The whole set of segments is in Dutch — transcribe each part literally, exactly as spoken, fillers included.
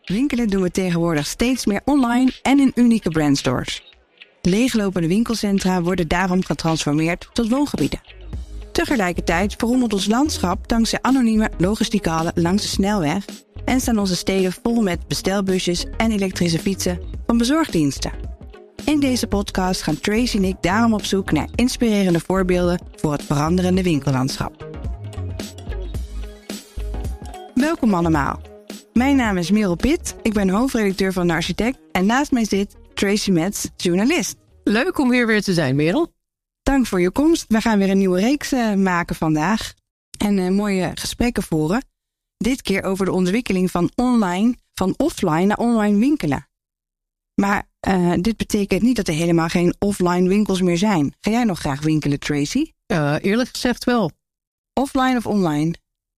Winkelen doen we tegenwoordig steeds meer online en in unieke brandstores. Leeglopende winkelcentra worden daarom getransformeerd tot woongebieden. Tegelijkertijd verrommelt ons landschap dankzij anonieme logistieke hallen langs de snelweg en staan onze steden vol met bestelbusjes en elektrische fietsen van bezorgdiensten. In deze podcast gaan Tracy en ik daarom op zoek naar inspirerende voorbeelden voor het veranderende winkellandschap. Welkom allemaal. Mijn naam is Merel Pitt, ik ben hoofdredacteur van De Architect en naast mij zit Tracy Metz, journalist. Leuk om hier weer te zijn, Merel. Dank voor je komst. We gaan weer een nieuwe reeks uh, maken vandaag en uh, mooie gesprekken voeren. Dit keer over de ontwikkeling van online, van offline naar online winkelen. Maar uh, dit betekent niet dat er helemaal geen offline winkels meer zijn. Ga jij nog graag winkelen, Tracy? Uh, eerlijk gezegd wel. Offline of online?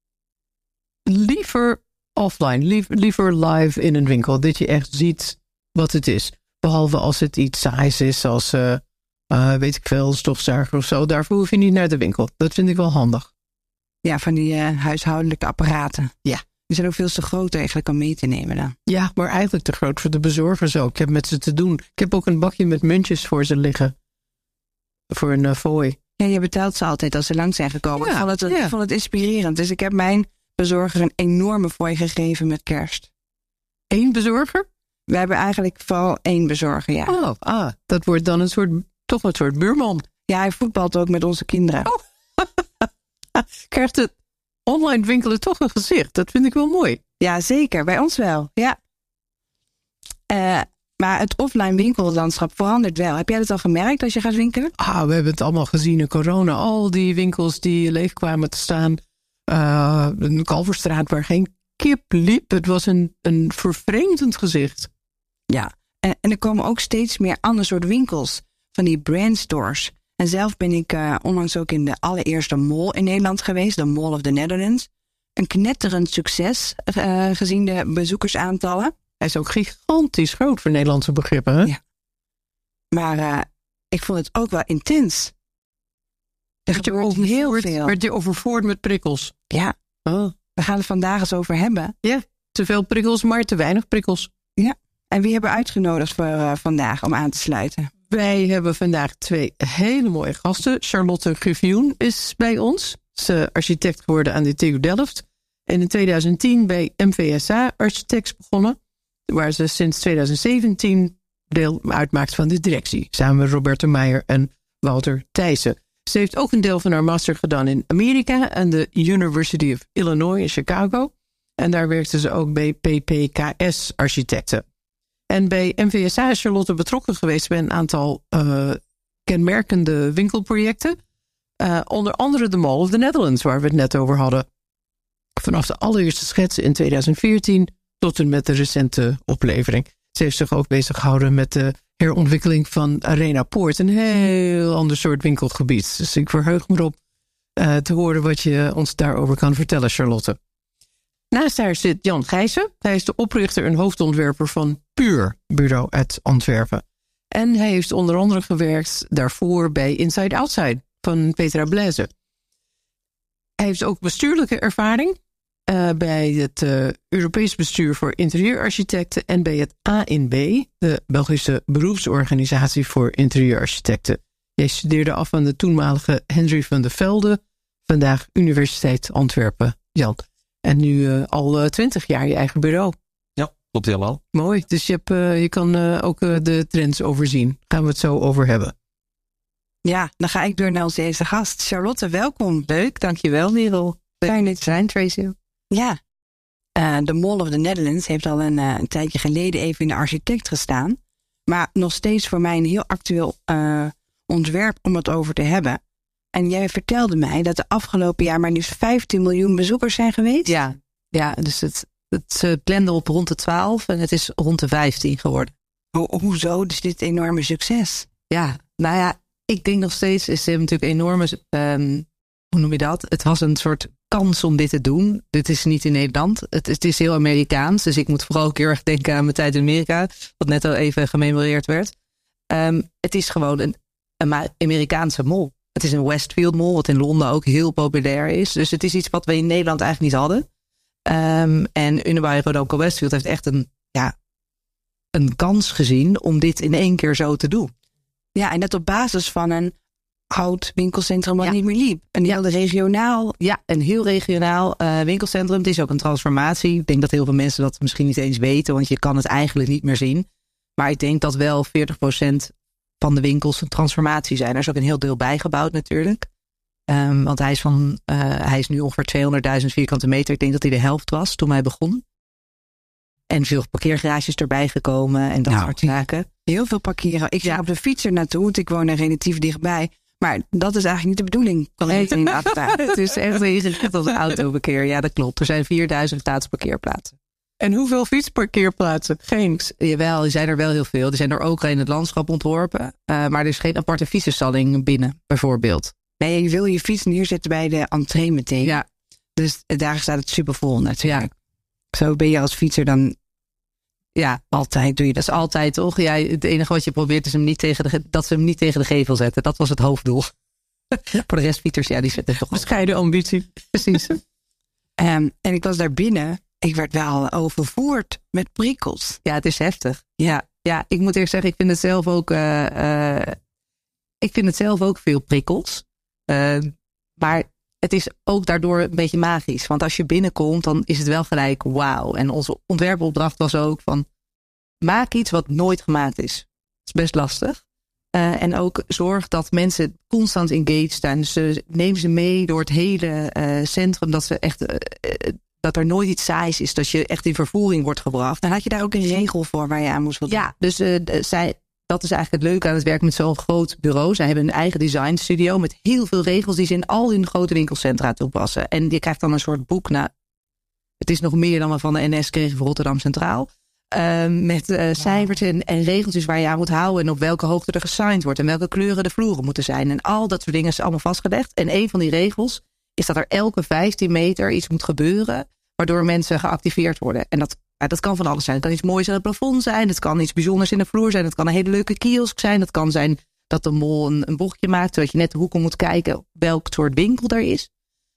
Liever offline, lief, liever live in een winkel. Dat je echt ziet wat het is. Behalve als het iets saais is, zoals uh, uh, weet ik veel, stofzuiger of zo. Daarvoor hoef je niet naar de winkel. Dat vind ik wel handig. Ja, van die uh, huishoudelijke apparaten. Ja. Die zijn ook veel te groot eigenlijk om mee te nemen dan. Ja, maar eigenlijk te groot voor de bezorgers ook. Ik heb met ze te doen. Ik heb ook een bakje met muntjes voor ze liggen. Voor een uh, fooi. Ja, je betaalt ze altijd als ze langs zijn gekomen. Ja, ik, vond het, ja. ik vond het inspirerend. Dus ik heb mijn bezorger een enorme fooi gegeven met kerst. Eén bezorger? We hebben eigenlijk vooral één bezorger, ja. Oh, ah, dat wordt dan een soort, toch een soort buurman. Ja, hij voetbalt ook met onze kinderen. Oh. Krijgt het online winkelen toch een gezicht? Dat vind ik wel mooi. Ja, zeker. Bij ons wel, ja. Uh, maar het offline winkellandschap verandert wel. Heb jij dat al gemerkt als je gaat winkelen? Ah, we hebben het allemaal gezien in corona. Al die winkels die leeg kwamen te staan. Uh, een Kalverstraat waar geen kip liep. Het was een, een vervreemdend gezicht. Ja, en, en er komen ook steeds meer ander soort winkels. Van die brandstores. En zelf ben ik uh, onlangs ook in de allereerste mall in Nederland geweest. De Mall of the Netherlands. Een knetterend succes uh, gezien de bezoekersaantallen. Hij is ook gigantisch groot voor Nederlandse begrippen. Hè? Ja. Maar uh, ik vond het ook wel intens. Er werd je gebeurt heel veel. Werd je overvoerd met prikkels? Ja, oh. We gaan het vandaag eens over hebben. Ja, te veel prikkels, maar te weinig prikkels. Ja, en wie hebben we uitgenodigd voor uh, vandaag om aan te sluiten? Wij hebben vandaag twee hele mooie gasten. Charlotte Griffioen is bij ons. Ze is architect geworden aan de T U Delft. En in twintig tien bij M V S A Architects begonnen. Waar ze sinds twintig zeventien deel uitmaakt van de directie. Samen met Roberto Meijer en Walter Thijssen. Ze heeft ook een deel van haar master gedaan in Amerika. Aan de University of Illinois in Chicago. En daar werkte ze ook bij P P K S Architecten. En bij M V S A is Charlotte betrokken geweest bij een aantal uh, kenmerkende winkelprojecten. Uh, onder andere de Mall of the Netherlands, waar we het net over hadden. Vanaf de allereerste schets in twintig veertien tot en met de recente oplevering. Ze heeft zich ook bezig gehouden met de herontwikkeling van Arena Poort. Een heel ander soort winkelgebied. Dus ik verheug me erop uh, te horen wat je ons daarover kan vertellen, Charlotte. Naast haar zit Jan Gijssen. Hij is de oprichter en hoofdontwerper van Puur Bureau uit Antwerpen. En hij heeft onder andere gewerkt daarvoor bij Inside Outside van Petra Blaise. Hij heeft ook bestuurlijke ervaring uh, bij het uh, Europees Bestuur voor Interieurarchitecten en bij het A N B, de Belgische beroepsorganisatie voor interieurarchitecten. Hij studeerde af aan de toenmalige Henry van de Velde, vandaag Universiteit Antwerpen. Jan. En nu uh, al twintig jaar je eigen bureau. Ja, klopt helemaal. Mooi, dus je, hebt, uh, je kan uh, ook uh, de trends overzien. Gaan we het zo over hebben. Ja, dan ga ik door naar onze eerste gast. Charlotte, welkom. Leuk, dankjewel Merel. Fijn dit te zijn, Tracy. Ja, uh, de Mall of the Netherlands heeft al een, uh, een tijdje geleden even in de Architect gestaan. Maar nog steeds voor mij een heel actueel uh, ontwerp om het over te hebben. En jij vertelde mij dat de afgelopen jaar maar liefst vijftien miljoen bezoekers zijn geweest. Ja, ja dus het, het uh, plande op rond de twaalf en het is rond de vijftien geworden. Ho- hoezo? Dus dit enorme succes? Ja, nou ja, ik denk nog steeds, is het natuurlijk enorme, um, hoe noem je dat? Het was een soort kans om dit te doen. Dit is niet in Nederland. Het, het is heel Amerikaans, dus ik moet vooral ook heel erg denken aan mijn tijd in Amerika, wat net al even gememoreerd werd. Um, het is gewoon een, een Amerikaanse mall. Het is een Westfield Mall, wat in Londen ook heel populair is. Dus het is iets wat we in Nederland eigenlijk niet hadden. Um, en Unibail Rodamco Westfield heeft echt een ja, een kans gezien om dit in één keer zo te doen. Ja, en dat op basis van een oud winkelcentrum wat Ja. niet meer liep. Een heel regionaal. Ja, een heel regionaal uh, winkelcentrum. Het is ook een transformatie. Ik denk dat heel veel mensen dat misschien niet eens weten, want je kan het eigenlijk niet meer zien. Maar ik denk dat wel veertig procent van de winkels een transformatie zijn. Er is ook een heel deel bijgebouwd natuurlijk. Um, want hij is, van, uh, hij is nu ongeveer tweehonderdduizend vierkante meter. Ik denk dat hij de helft was toen hij begon. En veel parkeergarages erbij gekomen en dat Nou, soort zaken. Heel veel parkeren. Ik ga op de fiets er naartoe, want ik woon er relatief dichtbij. Maar dat is eigenlijk niet de bedoeling. Kan ik meteen afstaan. Het is echt ingewikkeld als een autoverkeer. Ja, dat klopt. Er zijn vierduizend staatsparkeerplaatsen. En hoeveel fietsparkeerplaatsen? Geen. Jawel, er zijn er wel heel veel. Er zijn er ook in het landschap ontworpen. Uh, maar er is geen aparte fietsenstalling binnen, bijvoorbeeld. Nee, je wil je fiets neerzetten bij de entree meteen. Ja. Dus daar staat het supervol natuurlijk. Ja. Zo ben je als fietser dan... Ja, altijd doe je dat. Dat is altijd, toch? Ja, het enige wat je probeert is hem niet tegen de, dat ze hem niet tegen de gevel zetten. Dat was het hoofddoel. Voor de rest fietsers, ja, die zetten toch... Bescheiden ambitie. Precies. um, en ik was daar binnen. Ik werd wel overvoerd met prikkels. Ja, het is heftig. Ja, ja, ik moet eerst zeggen, ik vind het zelf ook... Uh, uh, ik vind het zelf ook veel prikkels. Uh, maar het is ook daardoor een beetje magisch. Want als je binnenkomt, dan is het wel gelijk wauw. En onze ontwerpopdracht was ook van... maak iets wat nooit gemaakt is. Dat is best lastig. Uh, en ook zorg dat mensen constant engaged zijn. Dus uh, neem ze mee door het hele uh, centrum. Dat, ze echt, uh, uh, dat er nooit iets saais is. Dat je echt in vervoering wordt gebracht. Dan had je daar ook een regel voor waar je aan moest voldoen. Ja, dus uh, zij... Dat is eigenlijk het leuke aan het werken met zo'n groot bureau. Zij hebben een eigen design studio met heel veel regels die ze in al hun grote winkelcentra toepassen. En je krijgt dan een soort boek. Nou, het is nog meer dan we van de N S kregen voor Rotterdam Centraal. Uh, met uh, cijfers en, en regeltjes waar je aan moet houden. En op welke hoogte er gesigned wordt. En welke kleuren de vloeren moeten zijn. En al dat soort dingen is allemaal vastgelegd. En een van die regels is dat er elke vijftien meter iets moet gebeuren. Waardoor mensen geactiveerd worden. En dat Ja, dat kan van alles zijn. Het kan iets moois aan het plafond zijn. Het kan iets bijzonders in de vloer zijn. Het kan een hele leuke kiosk zijn. Het kan zijn dat de mol een, een bochtje maakt. Zodat je net de hoek om moet kijken welk soort winkel er is.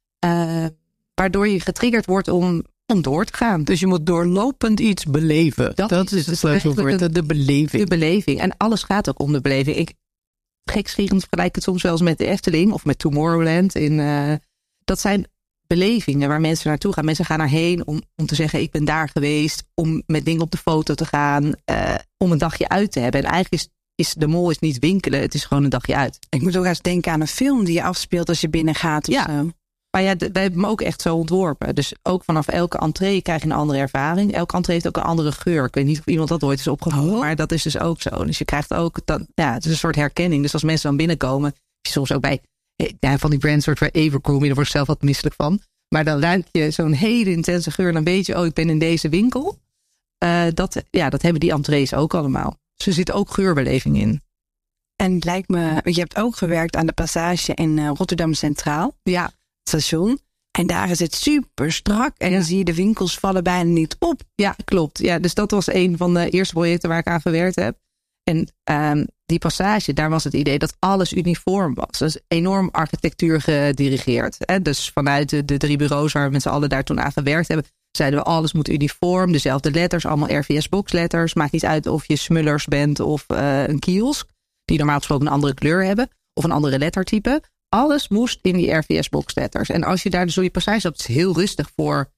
Uh, waardoor je getriggerd wordt om, om door te gaan. Dus je moet doorlopend iets beleven. Dat, dat is het sleutelwoord. De, de beleving. De beleving. En alles gaat ook om de beleving. Ik gekscherend vergelijk het soms wel eens met de Efteling. Of met Tomorrowland. In, uh, dat zijn... belevingen waar mensen naartoe gaan. Mensen gaan erheen om, om te zeggen ik ben daar geweest. Om met dingen op de foto te gaan. Uh, om een dagje uit te hebben. En eigenlijk is, is de mol is niet winkelen. Het is gewoon een dagje uit. Ik moet ook eens denken aan een film die je afspeelt als je binnen gaat. Of ja, zo. Maar ja, wij hebben hem ook echt zo ontworpen. Dus ook vanaf elke entree krijg je een andere ervaring. Elke entree heeft ook een andere geur. Ik weet niet of iemand dat ooit is opgevallen. Oh. Maar dat is dus ook zo. Dus je krijgt ook, dat, ja, het is een soort herkenning. Dus als mensen dan binnenkomen. Soms ook bij ja, van die brands soort waar Abercrombie, daar word ik zelf wat misselijk van. Maar dan ruik je zo'n hele intense geur. En dan weet je, oh, ik ben in deze winkel. Uh, dat, ja, dat hebben die entrees ook allemaal. Dus er zit ook geurbeleving in. En het lijkt me, je hebt ook gewerkt aan de passage in uh, Rotterdam Centraal. Ja. Station. En daar is het super strak. En ja. dan zie je de winkels vallen bijna niet op. Ja, klopt. Ja, dus dat was een van de eerste projecten waar ik aan gewerkt heb. En um, die passage, daar was het idee dat alles uniform was. Dus enorm architectuur gedirigeerd. Hè? Dus vanuit de, de drie bureaus waar we met z'n allen daar toen aan gewerkt hebben, zeiden we alles moet uniform. Dezelfde letters, allemaal R V S boxletters. Maakt niet uit of je Smullers bent of uh, een kiosk. Die normaal gesproken een andere kleur hebben. Of een andere lettertype. Alles moest in die R V S boxletters. En als je daar dus door die passage loopt, is het heel rustig voor.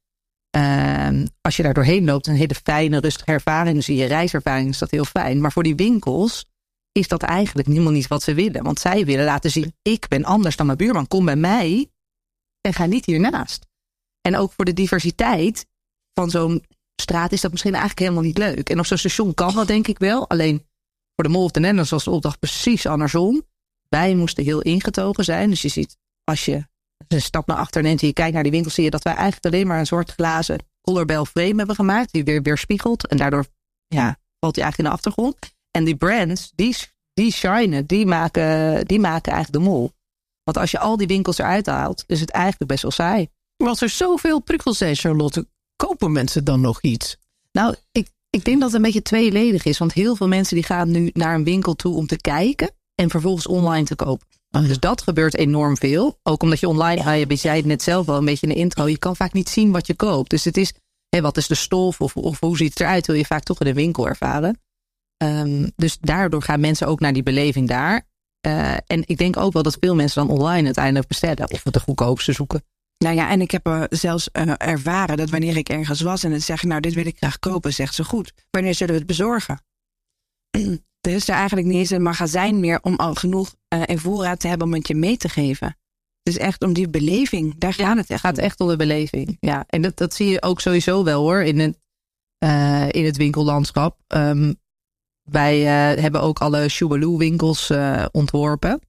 Uh, als je daar doorheen loopt, een hele fijne, rustige ervaring. Dus in je reiservaring is dat heel fijn. Maar voor die winkels is dat eigenlijk helemaal niet wat ze willen. Want zij willen laten zien, ik ben anders dan mijn buurman. Kom bij mij en ga niet hiernaast. En ook voor de diversiteit van zo'n straat is dat misschien eigenlijk helemaal niet leuk. En op zo'n station kan dat denk ik wel. Alleen voor de Mol of the Netherlands was de opdracht precies andersom. Wij moesten heel ingetogen zijn. Dus je ziet, als je een stap naar achter neemt en je kijkt naar die winkel, zie je dat wij eigenlijk alleen maar een soort glazen colorbell frame hebben gemaakt. Die weer weerspiegelt. En daardoor ja, valt die eigenlijk in de achtergrond. En die brands, die, die shinen, die maken, die maken eigenlijk de Mol. Want als je al die winkels eruit haalt, is het eigenlijk best wel saai. Maar als er zoveel prikkels zijn, Charlotte, kopen mensen dan nog iets? Nou, ik, ik denk dat het een beetje tweeledig is. Want heel veel mensen die gaan nu naar een winkel toe om te kijken en vervolgens online te kopen. Oh, dus dat gebeurt enorm veel. Ook omdat je online, ja, je zei het net zelf al een beetje in de intro, je kan vaak niet zien wat je koopt. Dus het is Hey, wat is de stof of, of hoe ziet het eruit? Wil je vaak toch in de winkel ervaren. Um, dus daardoor gaan mensen ook naar die beleving daar. Uh, en ik denk ook wel dat veel mensen dan online uiteindelijk bestellen. Of het de goedkoopste zoeken. Nou ja, en ik heb uh, zelfs uh, ervaren dat wanneer ik ergens was en dan zeg ik, nou, dit wil ik graag kopen, zegt ze goed. Wanneer zullen we het bezorgen? Er is er eigenlijk niet eens een magazijn meer om al genoeg uh, in voorraad te hebben om het je mee te geven. Het is echt om die beleving, daar gaat het echt. Het gaat echt om de beleving, ja. En dat, dat zie je ook sowieso wel hoor, in het, uh, in het winkellandschap. Um, wij uh, hebben ook alle Shubaloo winkels uh, ontworpen.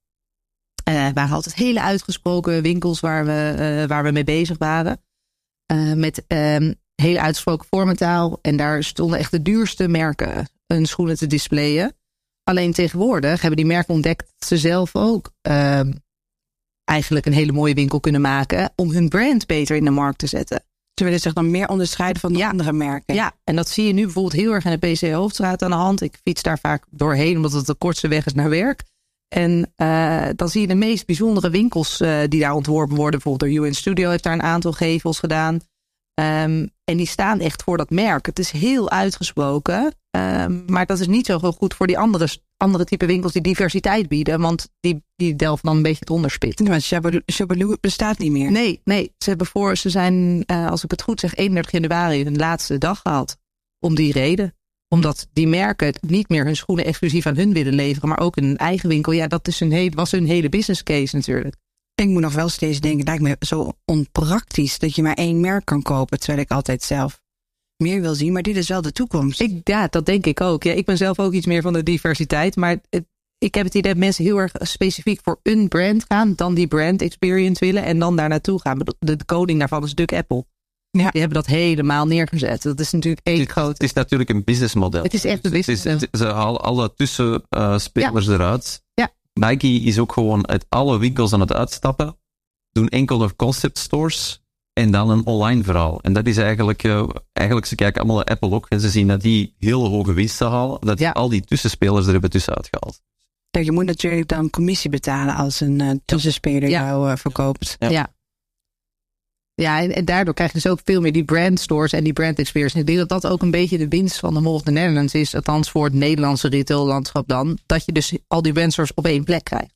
Uh, het waren altijd hele uitgesproken winkels waar we, uh, waar we mee bezig waren. Uh, met um, hele uitgesproken vormentaal. En daar stonden echt de duurste merken hun schoenen te displayen. Alleen tegenwoordig hebben die merken ontdekt dat ze zelf ook uh, eigenlijk een hele mooie winkel kunnen maken om hun brand beter in de markt te zetten. Ze willen zich dan meer onderscheiden van de ja. andere merken. Ja, en dat zie je nu bijvoorbeeld heel erg in de P C Hoofdstraat aan de hand. Ik fiets daar vaak doorheen omdat het de kortste weg is naar werk. En uh, dan zie je de meest bijzondere winkels uh, die daar ontworpen worden. Bijvoorbeeld door U N Studio heeft daar een aantal gevels gedaan. Um, en die staan echt voor dat merk. Het is heel uitgesproken. Um, maar dat is niet zo goed voor die andere, andere type winkels die diversiteit bieden. Want die, die delven dan een beetje het onderspit. Ja, maar Shubaloo bestaat niet meer. Nee, nee. Ze hebben voor, ze zijn, uh, als ik het goed zeg, eenendertig januari hun laatste dag gehad. Om die reden. Omdat die merken niet meer hun schoenen exclusief aan hun willen leveren. Maar ook in een eigen winkel. Ja, dat is hun hele, was hun hele business case natuurlijk. Ik moet nog wel steeds denken, het lijkt me zo onpraktisch dat je maar één merk kan kopen. Terwijl ik altijd zelf meer wil zien. Maar dit is wel de toekomst. Ik, ja, dat denk ik ook. Ja, ik ben zelf ook iets meer van de diversiteit. Maar het, ik heb het idee dat mensen heel erg specifiek voor een brand gaan. Dan die brand experience willen. En dan daar naartoe gaan. De, de coding daarvan is natuurlijk Apple. Ja. Die hebben dat helemaal neergezet. Dat is natuurlijk één groot. Het is natuurlijk een businessmodel. Het is echt een businessmodel. Ze halen alle tussenspelers uh, ja. eruit. Ja. Nike is ook gewoon uit alle winkels aan het uitstappen. Doen enkel concept stores. En dan een online verhaal. En dat is eigenlijk, uh, eigenlijk ze kijken allemaal naar Apple ook. En ze zien dat die heel hoge winsten halen. Dat ja. al die tussenspelers er hebben tussenuit gehaald. Ja, je moet natuurlijk dan commissie betalen als een uh, tussenspeler ja. jou uh, verkoopt. Ja. ja. Ja, en, en daardoor krijg je dus ook veel meer die brandstores en die brand experience. Ik denk dat dat ook een beetje de winst van de Mall of the Netherlands is. Althans voor het Nederlandse retaillandschap dan. Dat je dus al die brandstores op één plek krijgt.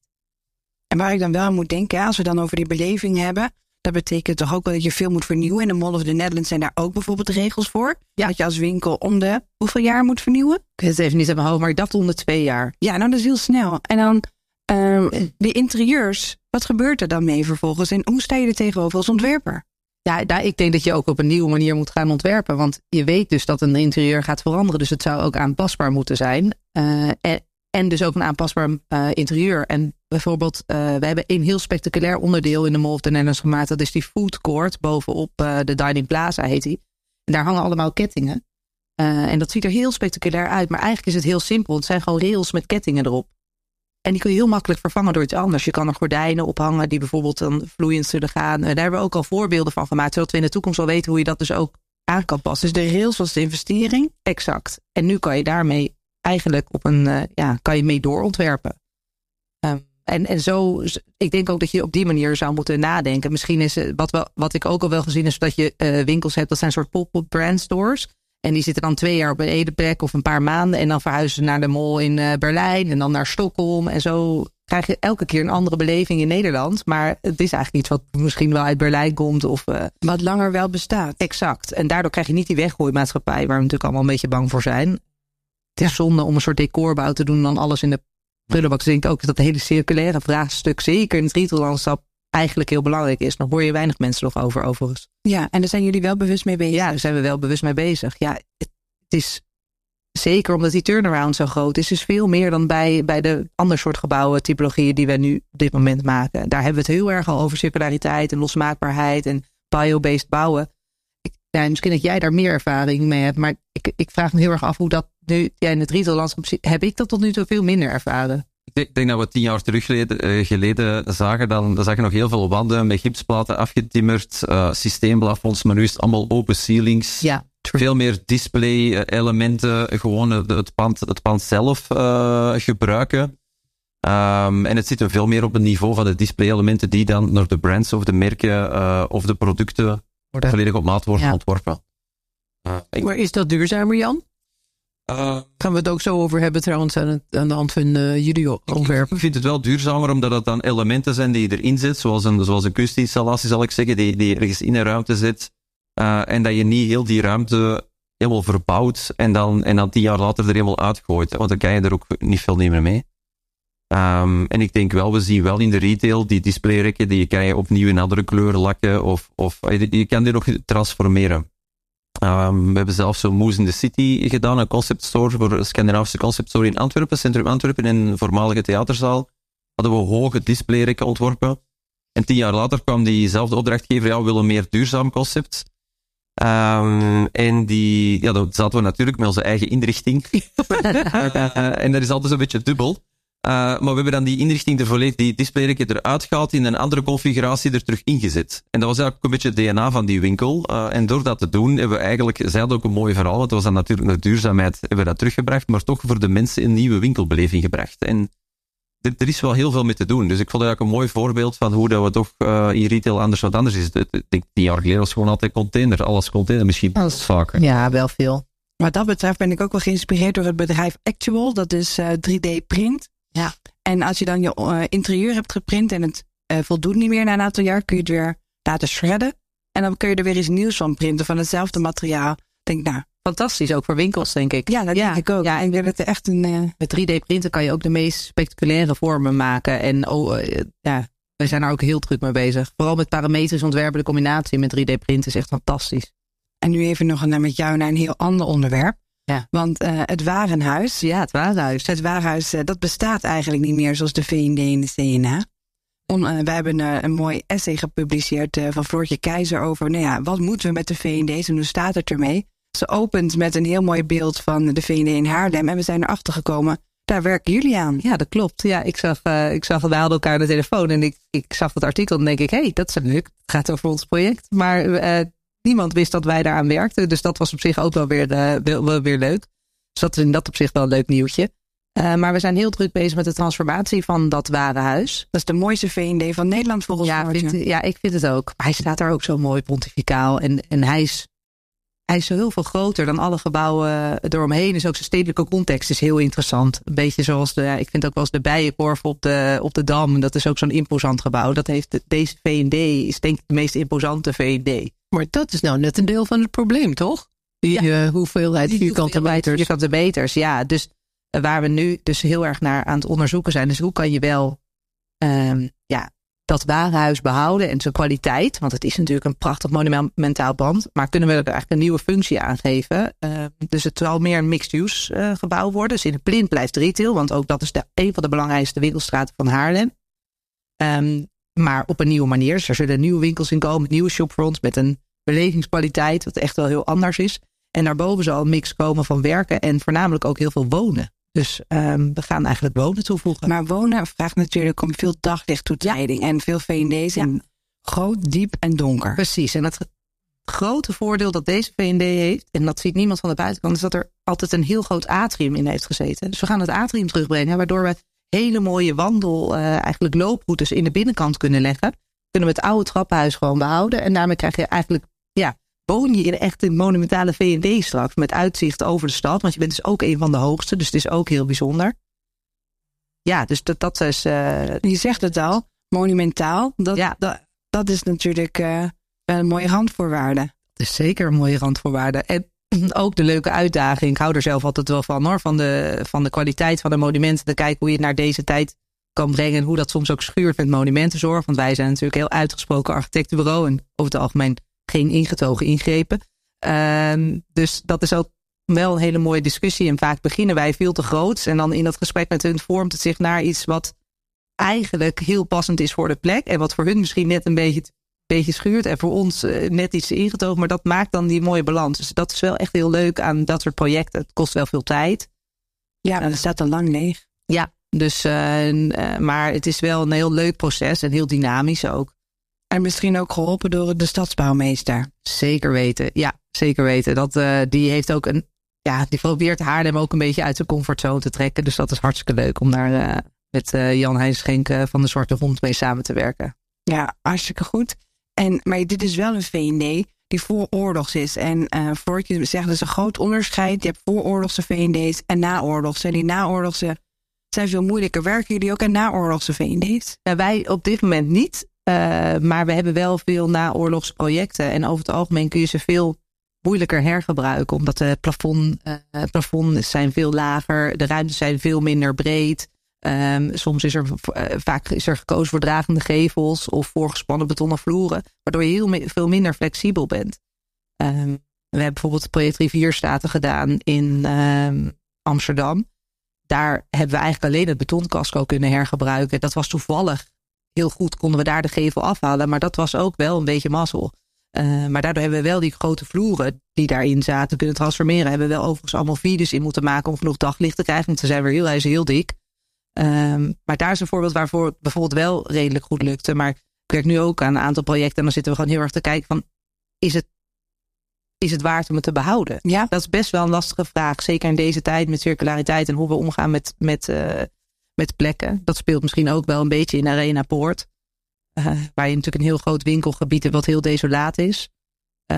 En waar ik dan wel aan moet denken, als we dan over die beleving hebben. Dat betekent toch ook wel dat je veel moet vernieuwen. In de Mall of the Netherlands zijn daar ook bijvoorbeeld regels voor. Ja. Dat je als winkel om de hoeveel jaar moet vernieuwen? Ik weet het even niet uit mijn hoofd, maar ik dacht om de twee jaar. Ja, nou dat is heel snel. En dan uh, de interieurs. Wat gebeurt er dan mee vervolgens? En hoe sta je er tegenover als ontwerper? Ja, ik denk dat je ook op een nieuwe manier moet gaan ontwerpen. Want je weet dus dat een interieur gaat veranderen. Dus het zou ook aanpasbaar moeten zijn. Uh, en, en dus ook een aanpasbaar uh, interieur. En bijvoorbeeld, uh, we hebben een heel spectaculair onderdeel in de Mall of the Netherlands gemaakt. Dat is die food court bovenop uh, de Dining Plaza heet die. En daar hangen allemaal kettingen. Uh, en dat ziet er heel spectaculair uit. Maar eigenlijk is het heel simpel. Het zijn gewoon rails met kettingen erop. En die kun je heel makkelijk vervangen door iets anders. Je kan er gordijnen ophangen die bijvoorbeeld dan vloeiend zullen gaan. Daar hebben we ook al voorbeelden van gemaakt. Zodat we in de toekomst wel weten hoe je dat dus ook aan kan passen. Dus de rails was de investering? Exact. En nu kan je daarmee eigenlijk op een, uh, ja, kan je mee doorontwerpen. Um, en, en zo, ik denk ook dat je op die manier zou moeten nadenken. Misschien is het, wat, wel, wat ik ook al wel gezien is, dat je uh, winkels hebt, dat zijn soort pop-up brandstores. En die zitten dan twee jaar op een ene plek of een paar maanden. En dan verhuizen ze naar de mall in uh, Berlijn en dan naar Stockholm. En zo krijg je elke keer een andere beleving in Nederland. Maar het is eigenlijk iets wat misschien wel uit Berlijn komt. Of uh, wat langer wel bestaat. Exact. En daardoor krijg je niet die weggooimaatschappij waar we natuurlijk allemaal een beetje bang voor zijn. Het is zonde om een soort decorbouw te doen en dan alles in de prullenbak. Dus ik denk ook dat het hele circulaire vraagstuk, zeker in het retaillandschap, eigenlijk heel belangrijk is. Daar hoor je weinig mensen nog over overigens. Ja, en daar zijn jullie wel bewust mee bezig? Ja, daar zijn we wel bewust mee bezig. Ja, het, het is zeker omdat die turnaround zo groot is, is veel meer dan bij, bij de ander soort gebouwen, typologieën die we nu op dit moment maken. Daar hebben we het heel erg al over circulariteit en losmaakbaarheid en bio-based bouwen. Ik, ja, misschien dat jij daar meer ervaring mee hebt, maar ik, ik vraag me heel erg af hoe dat nu, ja, in het retaillandschap heb ik dat tot nu toe veel minder ervaren. Ik denk dat we tien jaar terug geleden, uh, geleden zagen, dan, dan zag je nog heel veel wanden met gipsplaten afgetimmerd, uh, systeemplafonds, maar nu is het allemaal open ceilings. Ja, veel meer display-elementen, gewoon het, het, pand, het pand zelf uh, gebruiken. Um, en het zit er veel meer op het niveau van de display-elementen die dan door de brands of de merken uh, of de producten Worden. volledig op maat worden ja. ontworpen. Uh, ik, maar is dat duurzamer, Jan? Uh, Gaan we het ook zo over hebben trouwens aan, het, aan de hand van uh, jullie ontwerp? Ik vind het wel duurzamer omdat het dan elementen zijn die je erin zet, zoals een, zoals een kunstinstallatie zal ik zeggen, die, die je ergens in een ruimte zet. Uh, en dat je niet heel die ruimte helemaal verbouwt en dan, en dan tien jaar later er helemaal uitgooit. Want dan kan je er ook niet veel meer mee. Um, en ik denk wel, we zien wel in de retail die displayrekken, die kan je opnieuw in andere kleuren lakken of, of je, je kan die nog transformeren. Um, we hebben zelfs zo'n Moose in the City gedaan, een concept store voor een Scandinavische concept store in Antwerpen, Centrum Antwerpen, in een voormalige theaterzaal. Hadden we hoge displayrekken ontworpen. En tien jaar later kwam diezelfde opdrachtgever, ja, we willen een meer duurzaam concept. Um, en die, ja, dan zaten we natuurlijk met onze eigen inrichting. uh, en dat is altijd zo'n beetje dubbel. Uh, maar we hebben dan die inrichting er volledig, die displayrekken eruit gehaald, in een andere configuratie er terug ingezet. En dat was eigenlijk een beetje het D N A van die winkel. Uh, en door dat te doen, hebben we eigenlijk, zij hadden ook een mooi verhaal, want dat was dan natuurlijk de duurzaamheid, hebben we dat teruggebracht, maar toch voor de mensen een nieuwe winkelbeleving gebracht. En er, er is wel heel veel mee te doen. Dus ik vond het eigenlijk een mooi voorbeeld van hoe dat we toch uh, in retail anders wat anders is. Ik denk, tien jaar geleden was gewoon altijd container, alles container, misschien alles vaker. Ja, wel veel. Wat dat betreft ben ik ook wel geïnspireerd door het bedrijf Actual, dat is uh, drie D print. Ja. En als je dan je uh, interieur hebt geprint en het uh, voldoet niet meer na een aantal jaar, kun je het weer laten shredden. En dan kun je er weer iets nieuws van printen van hetzelfde materiaal. Denk, nou, fantastisch, ook voor winkels, denk ik. Ja, dat ja. denk ik ook. Ja, en weer het echt een. Uh... Met drie D printen kan je ook de meest spectaculaire vormen maken. En oh, uh, ja, wij zijn daar ook heel druk mee bezig. Vooral met parametrisch ontwerpen, de combinatie met drie D printen is echt fantastisch. En nu even nog een, met jou naar een heel ander onderwerp. Ja. Want uh, het warenhuis, ja, het warenhuis, het warenhuis, uh, dat bestaat eigenlijk niet meer zoals de V en D en de C N A. On, uh, wij hebben uh, een mooi essay gepubliceerd uh, van Floortje Keizer over, nou ja, wat moeten we met de V en D's en hoe staat het ermee? Ze opent met een heel mooi beeld van de V en D in Haarlem en we zijn erachter gekomen, daar werken jullie aan. Ja, dat klopt. Ja, ik zag, uh, ik zag, we hadden elkaar aan de telefoon en ik, ik zag het artikel en denk ik, hé, hey, dat is leuk. Het gaat over ons project, maar uh, niemand wist dat wij daaraan werkten. Dus dat was op zich ook wel weer, uh, wel weer leuk. Dus dat is in dat opzicht wel een leuk nieuwtje. Uh, maar we zijn heel druk bezig met de transformatie van dat warenhuis. Dat is de mooiste V en D van Nederland volgens mij. Ja, vind, ja, ik vind het ook. Maar hij staat daar ook zo mooi pontificaal. En, en hij, is, hij is zo heel veel groter dan alle gebouwen eromheen. Dus ook zijn stedelijke context is heel interessant. Een beetje zoals de, ja, ik vind ook wel eens de Bijenkorf op de, op de Dam. Dat is ook zo'n imposant gebouw. Dat heeft de, deze V en D is denk ik de meest imposante V en D. Maar dat is nou net een deel van het probleem, toch? Die ja. uh, hoeveelheid die vierkante meters. Vierkante meters, ja. Dus uh, waar we nu dus heel erg naar aan het onderzoeken zijn. Dus hoe kan je wel um, ja, dat warenhuis behouden en zijn kwaliteit. Want het is natuurlijk een prachtig monumentaal pand. Maar kunnen we er eigenlijk een nieuwe functie aan geven. Uh, dus het zal meer een mixed-use uh, gebouw worden. Dus in de plint blijft retail. Want ook dat is de, een van de belangrijkste winkelstraten van Haarlem. Um, maar op een nieuwe manier. Dus er zullen nieuwe winkels in komen. Nieuwe shopfronts met een belevingskwaliteit. Wat echt wel heel anders is. En daarboven zal een mix komen van werken. En voornamelijk ook heel veel wonen. Dus um, we gaan eigenlijk wonen toevoegen. Maar wonen vraagt natuurlijk om veel daglichttoetreding. Ja. En veel V en D's. Ja. En groot, diep en donker. Precies. En het grote voordeel dat deze V en D heeft. En dat ziet niemand van de buitenkant. Is dat er altijd een heel groot atrium in heeft gezeten. Dus we gaan het atrium terugbrengen. Waardoor we hele mooie wandel, uh, eigenlijk looproutes in de binnenkant kunnen leggen. Kunnen we het oude trappenhuis gewoon behouden. En daarmee krijg je eigenlijk, ja, woon je in echt een monumentale V en D straks. Met uitzicht over de stad. Want je bent dus ook een van de hoogste. Dus het is ook heel bijzonder. Ja, dus dat, dat is... Uh, je zegt het al, monumentaal. Dat, ja. dat, dat is natuurlijk uh, een mooie randvoorwaarde. Dat is zeker een mooie randvoorwaarde. En ook de leuke uitdaging. Ik hou er zelf altijd wel van hoor. Van de, van de kwaliteit van de monumenten. Te kijken hoe je het naar deze tijd kan brengen. En hoe dat soms ook schuurt met monumentenzorg. Want wij zijn natuurlijk heel uitgesproken architectenbureau. En over het algemeen geen ingetogen ingrepen. Um, dus dat is ook wel een hele mooie discussie. En vaak beginnen wij veel te groots. En dan in dat gesprek met hun vormt het zich naar iets wat eigenlijk heel passend is voor de plek. En wat voor hun misschien net een beetje, beetje schuurt. En voor ons uh, net iets ingetogen. Maar dat maakt dan die mooie balans. Dus dat is wel echt heel leuk aan dat soort projecten. Het kost wel veel tijd. Ja, en het staat dan lang leeg. Ja, dus, uh, uh, maar het is wel een heel leuk proces. En heel dynamisch ook. En misschien ook geholpen door de stadsbouwmeester. Zeker weten, ja, zeker weten. Dat, uh, die heeft ook een, ja, die probeert Haarlem ook een beetje uit zijn comfortzone te trekken. Dus dat is hartstikke leuk om daar uh, met uh, Jan Heijs Schenk uh, van de Zwarte Hond mee samen te werken. Ja, hartstikke goed. En, maar dit is wel een V en D die vooroorlogs is. En uh, voordat je zegt, dat is een groot onderscheid. Je hebt vooroorlogse V en D's en naoorlogse. En die naoorlogse zijn veel moeilijker. Werken jullie ook aan naoorlogse V en D's? Ja, wij op dit moment niet. Uh, maar we hebben wel veel naoorlogse projecten. En over het algemeen kun je ze veel moeilijker hergebruiken. Omdat de plafond, uh, plafonds zijn veel lager. De ruimtes zijn veel minder breed. Um, soms is er uh, vaak is er gekozen voor dragende gevels of voorgespannen betonnen vloeren, waardoor je heel me- veel minder flexibel bent. Um, we hebben bijvoorbeeld het project Rivierstaten gedaan in um, Amsterdam. Daar hebben we eigenlijk alleen het betoncasco kunnen hergebruiken. Dat was toevallig heel goed, konden we daar de gevel afhalen, maar dat was ook wel een beetje mazzel. Uh, maar daardoor hebben we wel die grote vloeren die daarin zaten kunnen transformeren. Hebben we wel overigens allemaal vides in moeten maken om genoeg daglicht te krijgen, want ze zijn weer heel, hij is heel dik. Um, maar daar is een voorbeeld waarvoor het bijvoorbeeld wel redelijk goed lukte. Maar ik werk nu ook aan een aantal projecten en dan zitten we gewoon heel erg te kijken van, is het, is het waard om het te behouden? Ja. Dat is best wel een lastige vraag. Zeker in deze tijd met circulariteit en hoe we omgaan met, met, uh, met plekken. Dat speelt misschien ook wel een beetje in Arena Poort. Uh, waar je natuurlijk een heel groot winkelgebied hebt wat heel desolaat is. Uh,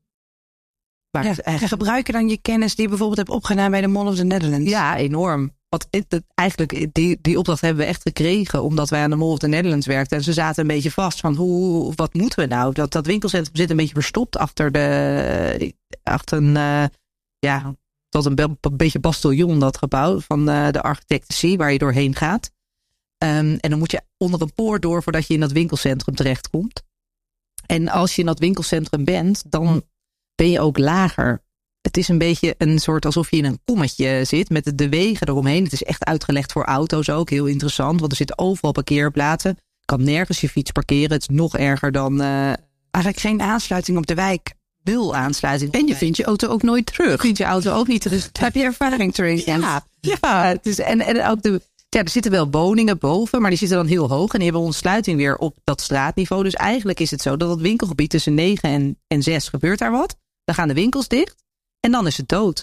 waar ja, echt... Gebruik je dan je kennis die je bijvoorbeeld hebt opgedaan bij de Mall of the Netherlands? Ja, enorm. Want het, eigenlijk, die, die opdracht hebben we echt gekregen omdat wij aan de Mall of the Netherlands werkten. En ze zaten een beetje vast van, hoe, wat moeten we nou? Dat, dat winkelcentrum zit een beetje verstopt achter de, achter een, uh, ja, tot een, be, een beetje bastiljon, dat gebouw van uh, de architectency, waar je doorheen gaat. Um, en dan moet je onder een poort door voordat je in dat winkelcentrum terechtkomt. En als je in dat winkelcentrum bent, dan ben je ook lager. Het is een beetje een soort alsof je in een kommetje zit met de wegen eromheen. Het is echt uitgelegd voor auto's ook. Heel interessant, want er zitten overal parkeerplaatsen. Je kan nergens je fiets parkeren. Het is nog erger dan... Uh, Eigenlijk geen aansluiting op de wijk. Nul aansluiting. En je vindt je auto ook nooit terug. Vindt je auto ook niet terug. Heb je ervaring terug? Ja, ja het is, en, en ook de... Ja, er zitten wel woningen boven, maar die zitten dan heel hoog. En die hebben ontsluiting weer op dat straatniveau. Dus eigenlijk is het zo dat het winkelgebied tussen negen en, en zes gebeurt daar wat. Dan gaan de winkels dicht. En dan is het dood.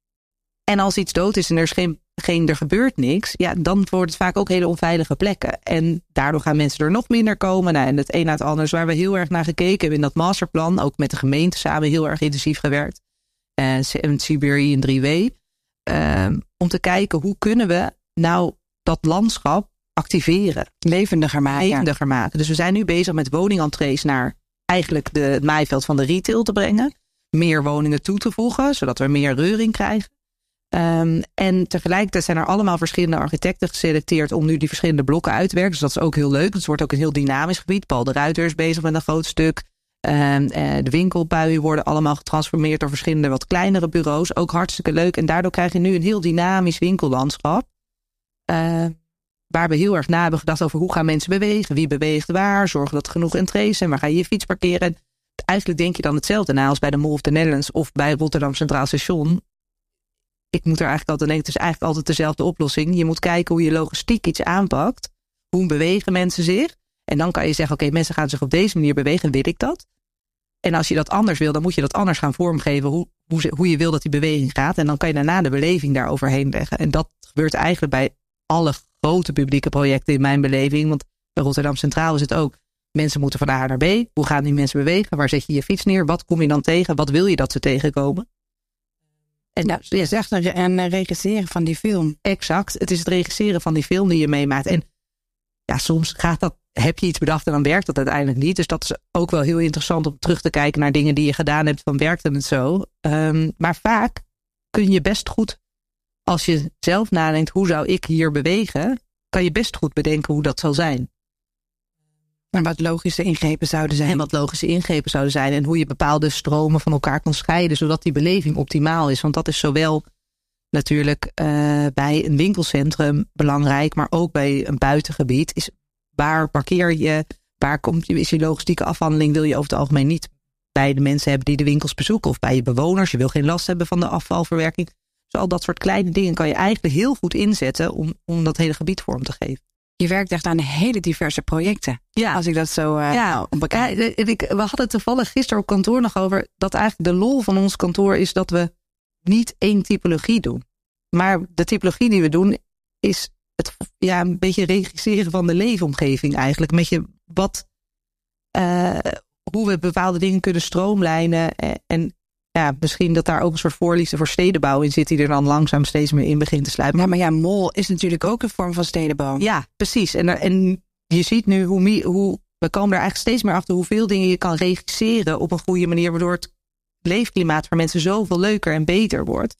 En als iets dood is en er is geen, geen er gebeurt niks, ja, dan wordt het vaak ook hele onveilige plekken. En daardoor gaan mensen er nog minder komen. Nou, en het een na het ander, waar we heel erg naar gekeken hebben in dat masterplan, ook met de gemeente samen heel erg intensief gewerkt. En C B R I en drie W. Uh, om te kijken hoe kunnen we nou dat landschap activeren. Levendiger maken. Levendiger maken. Dus we zijn nu bezig met woningentrees naar eigenlijk de, het maaiveld van de retail te brengen. Meer woningen toe te voegen, zodat we meer reuring krijgen. Um, en tegelijkertijd zijn er allemaal verschillende architecten geselecteerd om nu die verschillende blokken uit te werken. Dus dat is ook heel leuk. Het wordt ook een heel dynamisch gebied. Paul de Ruiter is bezig met een groot stuk. Um, uh, de winkelbuien worden allemaal getransformeerd door verschillende wat kleinere bureaus. Ook hartstikke leuk. En daardoor krijg je nu een heel dynamisch winkellandschap. Uh, waar we heel erg na hebben gedacht over hoe gaan mensen bewegen. Wie beweegt waar. Zorgen dat er genoeg entrees zijn. Waar ga je je fiets parkeren. Eigenlijk denk je dan hetzelfde na als bij de Mall of the Netherlands of bij Rotterdam Centraal Station. Ik moet er eigenlijk altijd denken, het is eigenlijk altijd dezelfde oplossing. Je moet kijken hoe je logistiek iets aanpakt. Hoe bewegen mensen zich? En dan kan je zeggen, oké, okay, mensen gaan zich op deze manier bewegen. Wil ik dat? En als je dat anders wil, dan moet je dat anders gaan vormgeven. Hoe, hoe, hoe je wil dat die beweging gaat. En dan kan je daarna de beleving daar overheen leggen. En dat gebeurt eigenlijk bij alle grote publieke projecten in mijn beleving. Want bij Rotterdam Centraal is het ook. Mensen moeten van A naar B. Hoe gaan die mensen bewegen? Waar zet je je fiets neer? Wat kom je dan tegen? Wat wil je dat ze tegenkomen? En nou, je zegt een regisseren van die film. Exact. Het is het regisseren van die film die je meemaakt. En ja, soms gaat dat, heb je iets bedacht en dan werkt dat uiteindelijk niet. Dus dat is ook wel heel interessant om terug te kijken naar dingen die je gedaan hebt. Van werkte het zo? Um, maar vaak kun je best goed, als je zelf nadenkt, hoe zou ik hier bewegen? Kan je best goed bedenken hoe dat zal zijn. En wat logische ingrepen zouden zijn. En wat logische ingrepen zouden zijn. En hoe je bepaalde stromen van elkaar kan scheiden. Zodat die beleving optimaal is. Want dat is zowel natuurlijk uh, bij een winkelcentrum belangrijk. Maar ook bij een buitengebied. Is waar parkeer je? Waar komt, is je logistieke afhandeling? Wil je over het algemeen niet bij de mensen hebben die de winkels bezoeken. Of bij je bewoners. Je wil geen last hebben van de afvalverwerking. Dus al dat soort kleine dingen kan je eigenlijk heel goed inzetten. Om, om dat hele gebied vorm te geven. Je werkt echt aan hele diverse projecten. Ja. Als ik dat zo uh, ja. bekijk. Ja, ik, we hadden het toevallig gisteren op kantoor nog over. Dat eigenlijk de lol van ons kantoor is dat we niet één typologie doen. Maar de typologie die we doen is het ja, een beetje regisseren van de leefomgeving eigenlijk. Met je wat, uh, hoe we bepaalde dingen kunnen stroomlijnen. En, en ja, misschien dat daar ook een soort voorliefde voor stedenbouw in zit, die er dan langzaam steeds meer in begint te sluipen. Ja, maar ja, mol is natuurlijk ook een vorm van stedenbouw. Ja, precies. En, en je ziet nu hoe, hoe we komen er eigenlijk steeds meer achter hoeveel dingen je kan regisseren op een goede manier, waardoor het leefklimaat voor mensen zoveel leuker en beter wordt.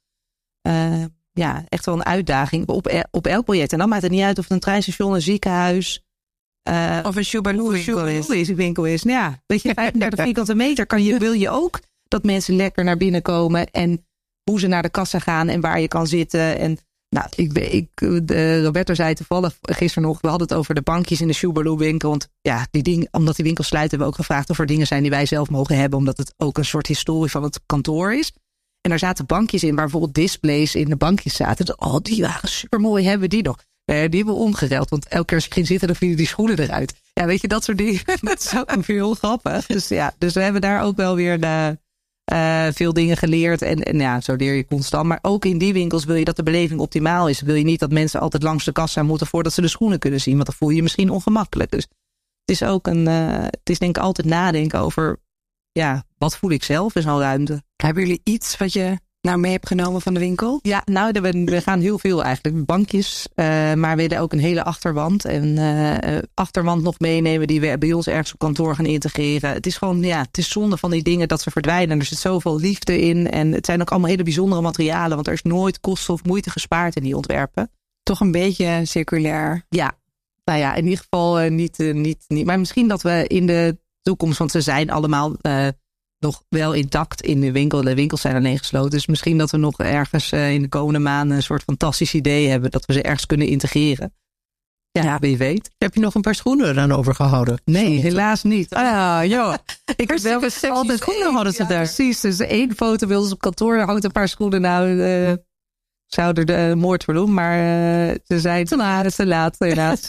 Uh, ja, echt wel een uitdaging op, op elk project. En dan maakt het niet uit of het een treinstation, een ziekenhuis uh, of een Shubaloo-winkel is. is. winkel is. Nou ja, weet je, vijfendertig vierkante meter kan je, wil je ook dat mensen lekker naar binnen komen en hoe ze naar de kassa gaan en waar je kan zitten. En nou, ik, ik, de, Roberto zei toevallig gisteren nog, we hadden het over de bankjes in de Shubaloo-winkel. Want ja, die ding, omdat die winkels sluiten, hebben we ook gevraagd of er dingen zijn die wij zelf mogen hebben, omdat het ook een soort historie van het kantoor is. En daar zaten bankjes in waar bijvoorbeeld displays in de bankjes zaten. Oh, die waren supermooi, hebben die nog. Eh, die hebben we omgereld, want elke keer als je ging zitten, dan vielen die schoenen eruit. Ja, weet je, dat soort dingen. Dat is ook heel grappig. Dus ja, dus we hebben daar ook wel weer de, uh, veel dingen geleerd. En, en ja, zo leer je constant. Maar ook in die winkels wil je dat de beleving optimaal is. Wil je niet dat mensen altijd langs de kassa moeten voordat ze de schoenen kunnen zien. Want dan voel je je misschien ongemakkelijk. Dus het is ook een, uh, het is denk ik altijd nadenken over, ja, wat voel ik zelf in zo'n ruimte. Hebben jullie iets wat je nou mee hebt genomen van de winkel? Ja, nou, we, we gaan heel veel eigenlijk. Bankjes, uh, maar we willen ook een hele achterwand. En uh, achterwand nog meenemen die we bij ons ergens op kantoor gaan integreren. Het is gewoon, ja, het is zonde van die dingen dat ze verdwijnen. Er zit zoveel liefde in. En het zijn ook allemaal hele bijzondere materialen. Want er is nooit kosten of moeite gespaard in die ontwerpen. Toch een beetje circulair. Ja, nou ja, in ieder geval uh, niet, uh, niet, niet. Maar misschien dat we in de toekomst, want ze zijn allemaal Uh, nog wel intact in de winkel. De winkels zijn alleen gesloten. Dus misschien dat we nog ergens uh, in de komende maanden een soort fantastisch idee hebben. Dat we ze ergens kunnen integreren. Ja, ja, wie weet. Heb je nog een paar schoenen eraan overgehouden? Nee, helaas niet. Ah ja, joh. Ik heb wel altijd schoenen hadden ze ja, daar. Precies, dus één foto bij ons op kantoor hangt een paar schoenen. Nou, uh, zou er de uh, moord voor doen. Maar uh, ze zijn te laat, te laat helaas.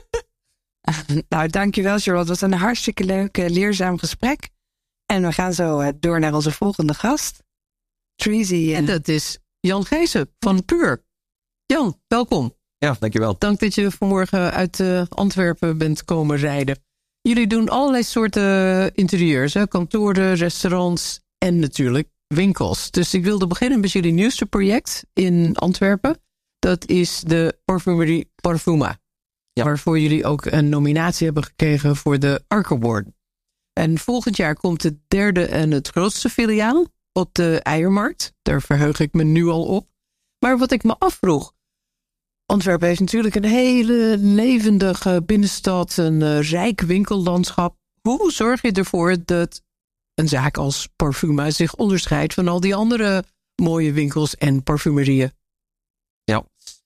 Nou, dankjewel Charlotte. Het was een hartstikke leuk, uh, leerzaam gesprek. En we gaan zo uh, door naar onze volgende gast. Treasy. Uh... En dat is Jan Gijzen van Puur. Jan, welkom. Ja, dankjewel. Dank dat je vanmorgen uit uh, Antwerpen bent komen rijden. Jullie doen allerlei soorten interieurs. Hè? Kantoren, restaurants en natuurlijk winkels. Dus ik wilde beginnen met jullie nieuwste project in Antwerpen. Dat is de parfumerie Parfuma. Ja. Waarvoor jullie ook een nominatie hebben gekregen voor de Arc Award. En volgend jaar komt het derde en het grootste filiaal op de Eiermarkt. Daar verheug ik me nu al op. Maar wat ik me afvroeg. Antwerpen heeft natuurlijk een hele levendige binnenstad. Een uh, rijk winkellandschap. Hoe zorg je ervoor dat een zaak als Parfuma zich onderscheidt van al die andere mooie winkels en parfumerieën? Ja,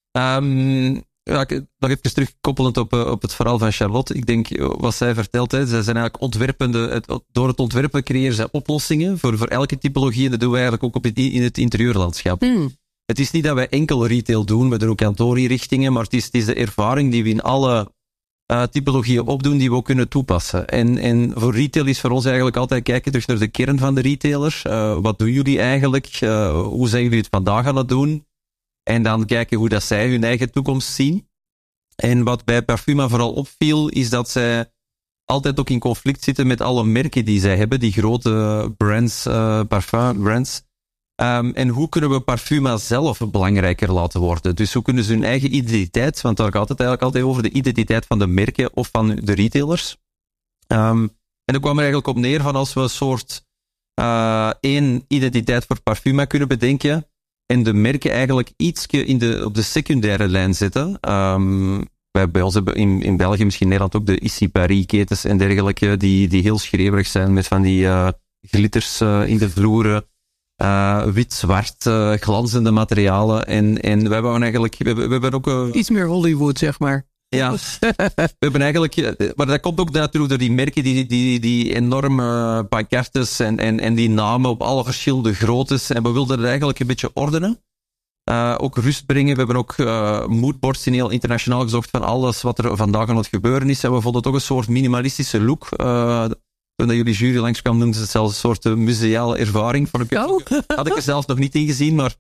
um... Ja, nog even terugkoppelend op, op het verhaal van Charlotte. Ik denk, wat zij vertelt, hè, zij zijn eigenlijk ontwerpende, het, door het ontwerpen creëren zij oplossingen voor, voor elke typologie. En dat doen we eigenlijk ook op het, in het interieurlandschap. Mm. Het is niet dat wij enkel retail doen, we doen ook kantoorrichtingen, maar het is, het is de ervaring die we in alle uh, typologieën opdoen, die we ook kunnen toepassen. En, en voor retail is voor ons eigenlijk altijd kijken terug naar de kern van de retailer. Uh, wat doen jullie eigenlijk? Uh, hoe zijn jullie het vandaag aan het doen? En dan kijken hoe dat zij hun eigen toekomst zien. En wat bij Parfuma vooral opviel, is dat zij altijd ook in conflict zitten met alle merken die zij hebben, die grote brands, uh, parfum brands. Um, en hoe kunnen we Parfuma zelf belangrijker laten worden? Dus hoe kunnen ze hun eigen identiteit, want daar gaat het eigenlijk altijd over, de identiteit van de merken of van de retailers. Um, en dan kwam er eigenlijk op neer van als we een soort uh, één identiteit voor Parfuma kunnen bedenken, en de merken eigenlijk ietsje in de, op de secundaire lijn zetten. Um, wij bij ons hebben in, in België, misschien Nederland ook, de Issy Paris-ketens en dergelijke, die, die heel schreeuwerig zijn met van die uh, glitters uh, in de vloeren, uh, wit-zwart, uh, glanzende materialen. En, en wij wouden eigenlijk... We, we hebben ook... Uh, Iets meer Hollywood, zeg maar. Ja, we hebben eigenlijk... Maar dat komt ook natuurlijk door die merken, die, die, die enorme pancartes en, en, en die namen op alle verschillende groottes. En we wilden het eigenlijk een beetje ordenen. Uh, ook rust brengen. We hebben ook uh, moodboards in heel internationaal gezocht van alles wat er vandaag aan het gebeuren is. En we vonden toch een soort minimalistische look. Uh, toen dat jullie jury langskwam, noemden ze het zelfs een soort uh, museale ervaring. Vond ik, oh. Had ik er zelf nog niet in gezien, maar...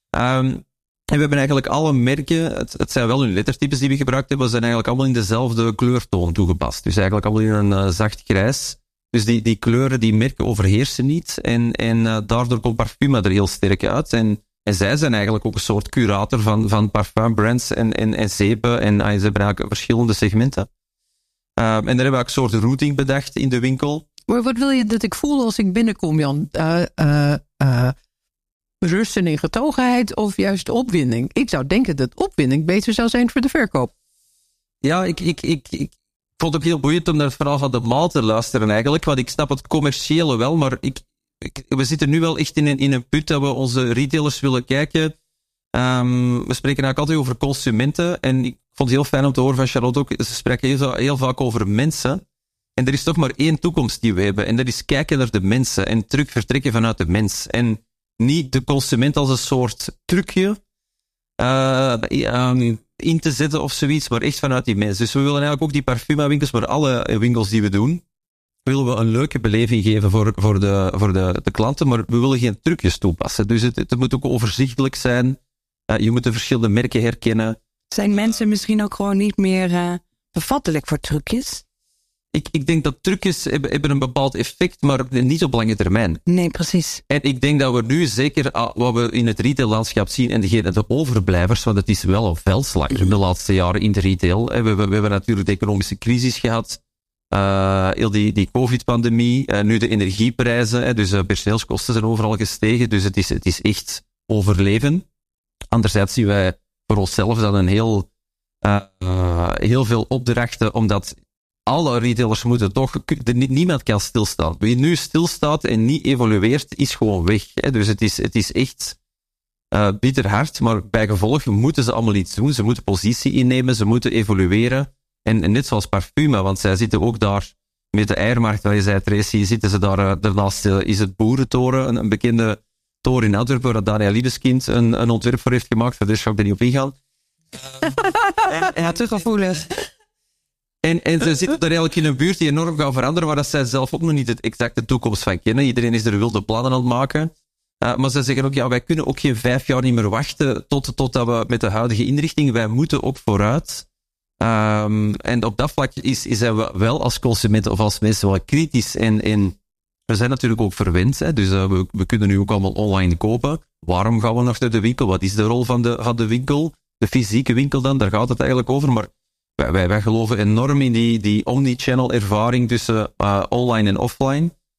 Um, En we hebben eigenlijk alle merken, het, het zijn wel hun lettertypes die we gebruikt hebben, we zijn eigenlijk allemaal in dezelfde kleurtoon toegepast. Dus eigenlijk allemaal in een uh, zacht grijs. Dus die, die kleuren, die merken overheersen niet. En, en uh, daardoor komt Parfuma er heel sterk uit. En, en zij zijn eigenlijk ook een soort curator van, van parfumbrands en, en, en zeepen. En uh, ze hebben eigenlijk verschillende segmenten. Uh, en daar hebben we ook een soort routing bedacht in de winkel. Maar wat wil je dat ik voel als ik binnenkom, Jan? Uh, uh, uh, rust en ingetogenheid of juist opwinding? Ik zou denken dat opwinding beter zou zijn voor de verkoop. Ja, ik, ik, ik, ik vond het ook heel boeiend om naar het verhaal van de maal te luisteren eigenlijk. Want ik snap het commerciële wel, maar ik, ik, we zitten nu wel echt in een, in een put dat we onze retailers willen kijken. Um, we spreken eigenlijk altijd over consumenten. En ik vond het heel fijn om te horen van Charlotte ook. Ze spreken heel, heel vaak over mensen. En er is toch maar één toekomst die we hebben. En dat is kijken naar de mensen. En terug vertrekken vanuit de mens. En niet de consument als een soort trucje uh, um, in te zetten of zoiets. Maar echt vanuit die mens. Dus we willen eigenlijk ook die Parfuma winkels, maar alle winkels die we doen, willen we een leuke beleving geven voor, voor, de, voor de, de klanten. Maar we willen geen trucjes toepassen. Dus het, het moet ook overzichtelijk zijn. Uh, je moet de verschillende merken herkennen. Zijn mensen misschien ook gewoon niet meer uh, bevattelijk voor trucjes? Ik, ik denk dat trucjes hebben, hebben een bepaald effect, maar niet op lange termijn. Nee, precies. En ik denk dat we nu zeker, uh, wat we in het retaillandschap zien, en degene, de overblijvers, want het is wel een veldslag in de laatste jaren in de retail. We, we, we hebben natuurlijk de economische crisis gehad, uh, heel die, die covid-pandemie, uh, nu de energieprijzen, uh, dus uh, personeelskosten zijn overal gestegen, dus het is, het is echt overleven. Anderzijds zien wij voor onszelf dat een heel, uh, uh, heel veel opdrachten, omdat alle retailers moeten toch, niemand kan stilstaan. Wie nu stilstaat en niet evolueert, is gewoon weg. Hè. Dus het is, het is echt uh, bitter hard, maar bij gevolg moeten ze allemaal iets doen. Ze moeten positie innemen, ze moeten evolueren. En, en net zoals Parfuma, want zij zitten ook daar met de eiermarkt, waar je zei, Tracy, zitten ze daar, uh, daarnaast uh, is het Boerentoren, een, een bekende toren in Antwerpen, waar Daniel Liebeskind een, een ontwerp voor heeft gemaakt, voor dus ga ik er niet op ingaan. Ja, te gevoelig. En, en ze zitten daar eigenlijk in een buurt die enorm gaat veranderen, waar dat zij zelf ook nog niet het exacte toekomst van kennen. Iedereen is er wilde plannen aan het maken. Uh, maar ze zeggen ook, ja, wij kunnen ook geen vijf jaar niet meer wachten tot, totdat we met de huidige inrichting, wij moeten ook vooruit. Um, en op dat vlak is, is zijn we wel als consumenten of als mensen wel kritisch. En, en we zijn natuurlijk ook verwend, hè, dus uh, we, we kunnen nu ook allemaal online kopen. Waarom gaan we nog naar de winkel? Wat is de rol van de, van de winkel? De fysieke winkel dan, daar gaat het eigenlijk over, maar Wij, wij, wij geloven enorm in die, die omnichannel ervaring tussen uh, online en offline.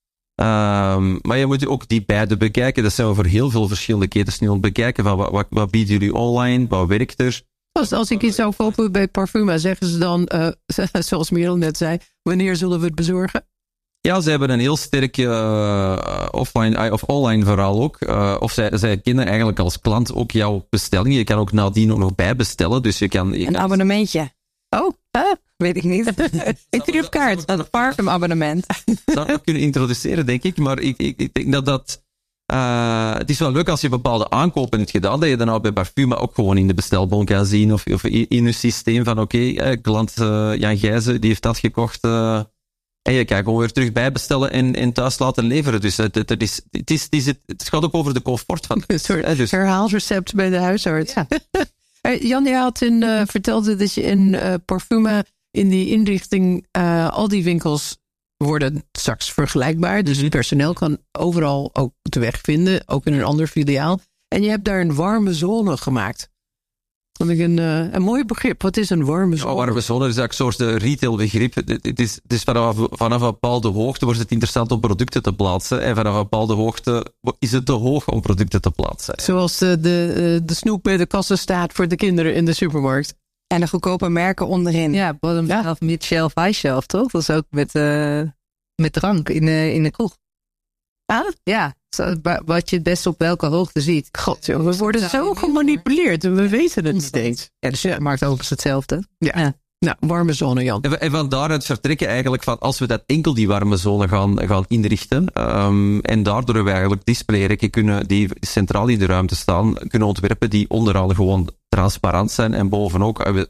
Um, maar je moet ook die beide bekijken. Dat zijn we voor heel veel verschillende ketens nu aan het bekijken. Van wat, wat, wat bieden jullie online? Wat werkt er? Als, als ik iets zou kopen bij Parfuma, zeggen ze dan, uh, zoals Merel net zei, wanneer zullen we het bezorgen? Ja, ze hebben een heel sterk uh, offline of online verhaal ook. Uh, of zij, zij kennen eigenlijk als klant ook jouw bestelling. Je kan ook nadien ook nog bijbestellen. Dus je kan, je een kan... abonnementje. Oh, huh? Weet ik niet. Een tripkaart, een parfumabonnement. Zou ik kunnen introduceren, denk ik. Maar ik, ik, ik denk dat dat... Uh, het is wel leuk als je bepaalde aankopen hebt gedaan, dat je dan nou bij Parfuma ook gewoon in de bestelbon kan zien. Of, of in, in je systeem van, oké, okay, klant uh, Jan Gijzen, die heeft dat gekocht... Uh, En je kan gewoon weer terug bijbestellen en, en thuis laten leveren. Dus het, het, is, het, is, het, is, het gaat ook over de comfort van het. Een soort hè, dus. herhaalrecept bij de huisarts. Ja. Jan, je had in, uh, vertelde dat je in uh, Parfuma in die inrichting, uh, al die winkels worden straks vergelijkbaar. Dus het personeel kan overal ook de weg vinden, ook in een ander filiaal. En je hebt daar een warme zone gemaakt. Dat ik een, uh, een mooi begrip. Wat is een warme zone? Ja, warme zone is eigenlijk een soort retailbegrip. Het is, het is vanaf, vanaf een bepaalde hoogte wordt het interessant om producten te plaatsen. En vanaf een bepaalde hoogte is het te hoog om producten te plaatsen. Zoals de, de, de snoep bij de kassen staat voor de kinderen in de supermarkt. En de goedkope merken onderin. Ja, bottom Ja. shelf, mid shelf, high shelf, toch? Dat is ook met, uh, met drank in de, in de kroeg. Ah? Ja, zo, wa- wat je het best op welke hoogte ziet. God, joh, we worden zo gemanipuleerd en we weten het niet eens. Ja, de supermarkt overigens hetzelfde. Ja. Ja. Nou, warme zone, Jan. En, en van daaruit vertrekken eigenlijk van, als we dat enkel die warme zone gaan, gaan inrichten, um, en daardoor we eigenlijk displayrekken kunnen, die centraal in de ruimte staan, kunnen ontwerpen die onderaan gewoon transparant zijn en bovenop. Uh,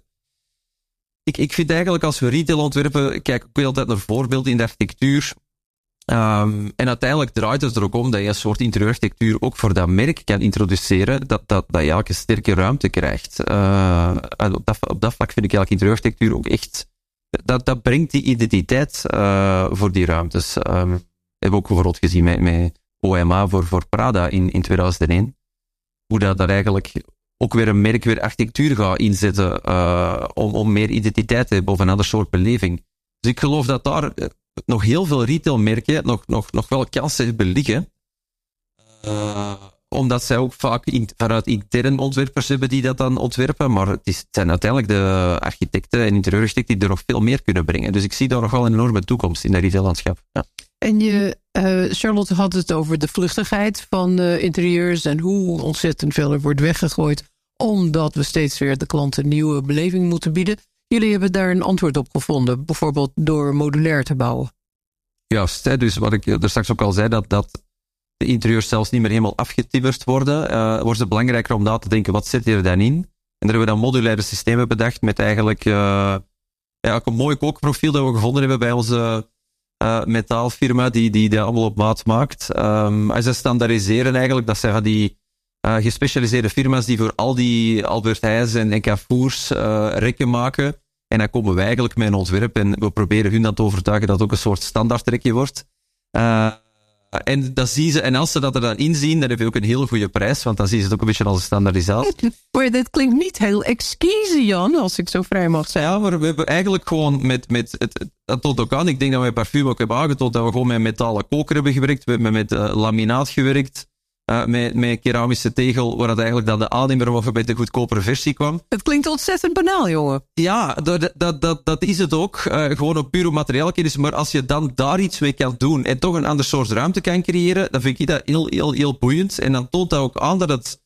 ik, ik vind eigenlijk als we retail ontwerpen, kijk ik wil altijd een voorbeeld in de architectuur. Um, en uiteindelijk draait het er ook om dat je een soort interieurarchitectuur ook voor dat merk kan introduceren, dat, dat, dat je eigenlijk een sterke ruimte krijgt. Uh, op, dat, op dat vlak vind ik eigenlijk interieurarchitectuur ook echt dat, dat brengt die identiteit uh, voor die ruimtes. Um, we hebben ook bijvoorbeeld gezien met, met O M A voor, voor Prada in, in tweeduizend één. Hoe dat, dat eigenlijk ook weer een merk weer architectuur gaat inzetten uh, om, om meer identiteit te hebben of een ander soort beleving. Dus ik geloof dat daar nog heel veel retailmerken nog, nog, nog wel kansen hebben liggen. Uh, omdat zij ook vaak in, vanuit interne ontwerpers hebben die dat dan ontwerpen. Maar het, is, het zijn uiteindelijk de architecten en interieurarchitecten die er nog veel meer kunnen brengen. Dus ik zie daar nog wel een enorme toekomst in dat retaillandschap. Ja. En je, uh, Charlotte had het over de vluchtigheid van uh, interieurs en hoe ontzettend veel er wordt weggegooid, omdat we steeds weer de klant een nieuwe beleving moeten bieden. Jullie hebben daar een antwoord op gevonden, bijvoorbeeld door modulair te bouwen. Juist, hè, dus wat ik er straks ook al zei, dat, dat de interieurs zelfs niet meer helemaal afgetimmerd worden, uh, wordt het belangrijker om na te denken, wat zit je er dan in? En daar hebben we dan modulaire systemen bedacht met eigenlijk, uh, ja, ook een mooi kookprofiel dat we gevonden hebben bij onze uh, metaalfirma die, die dat allemaal op maat maakt. Um, en ze standaardiseren eigenlijk, dat zijn van die uh, gespecialiseerde firma's die voor al die Albert Heijns en, en Carrefours uh, rekken maken. En dan komen wij eigenlijk met een ontwerp en we proberen hun dan te overtuigen dat het ook een soort standaardrekje wordt. Uh, En dat zien ze, en als ze dat er dan inzien, dan heb je ook een hele goede prijs, want dan zien ze het ook een beetje als een standaardisatie. Maar dat klinkt niet heel exquise, Jan, als ik zo vrij mag zijn. Ja, maar we hebben eigenlijk gewoon met, met het, dat toont ook aan, ik denk dat we parfum ook hebben aangetoond, dat we gewoon met metalen koker hebben gewerkt, we hebben met uh, laminaat gewerkt, uh, met, met keramische tegel, waar dat eigenlijk dan de aannemer of met de goedkopere versie kwam. Het klinkt ontzettend banaal, jongen. Ja, dat, dat, dat, dat is het ook. Uh, gewoon op pure materiaalkennis. Maar als je dan daar iets mee kan doen en toch een ander soort ruimte kan creëren, dan vind ik dat heel, heel, heel boeiend. En dan toont dat ook aan dat het...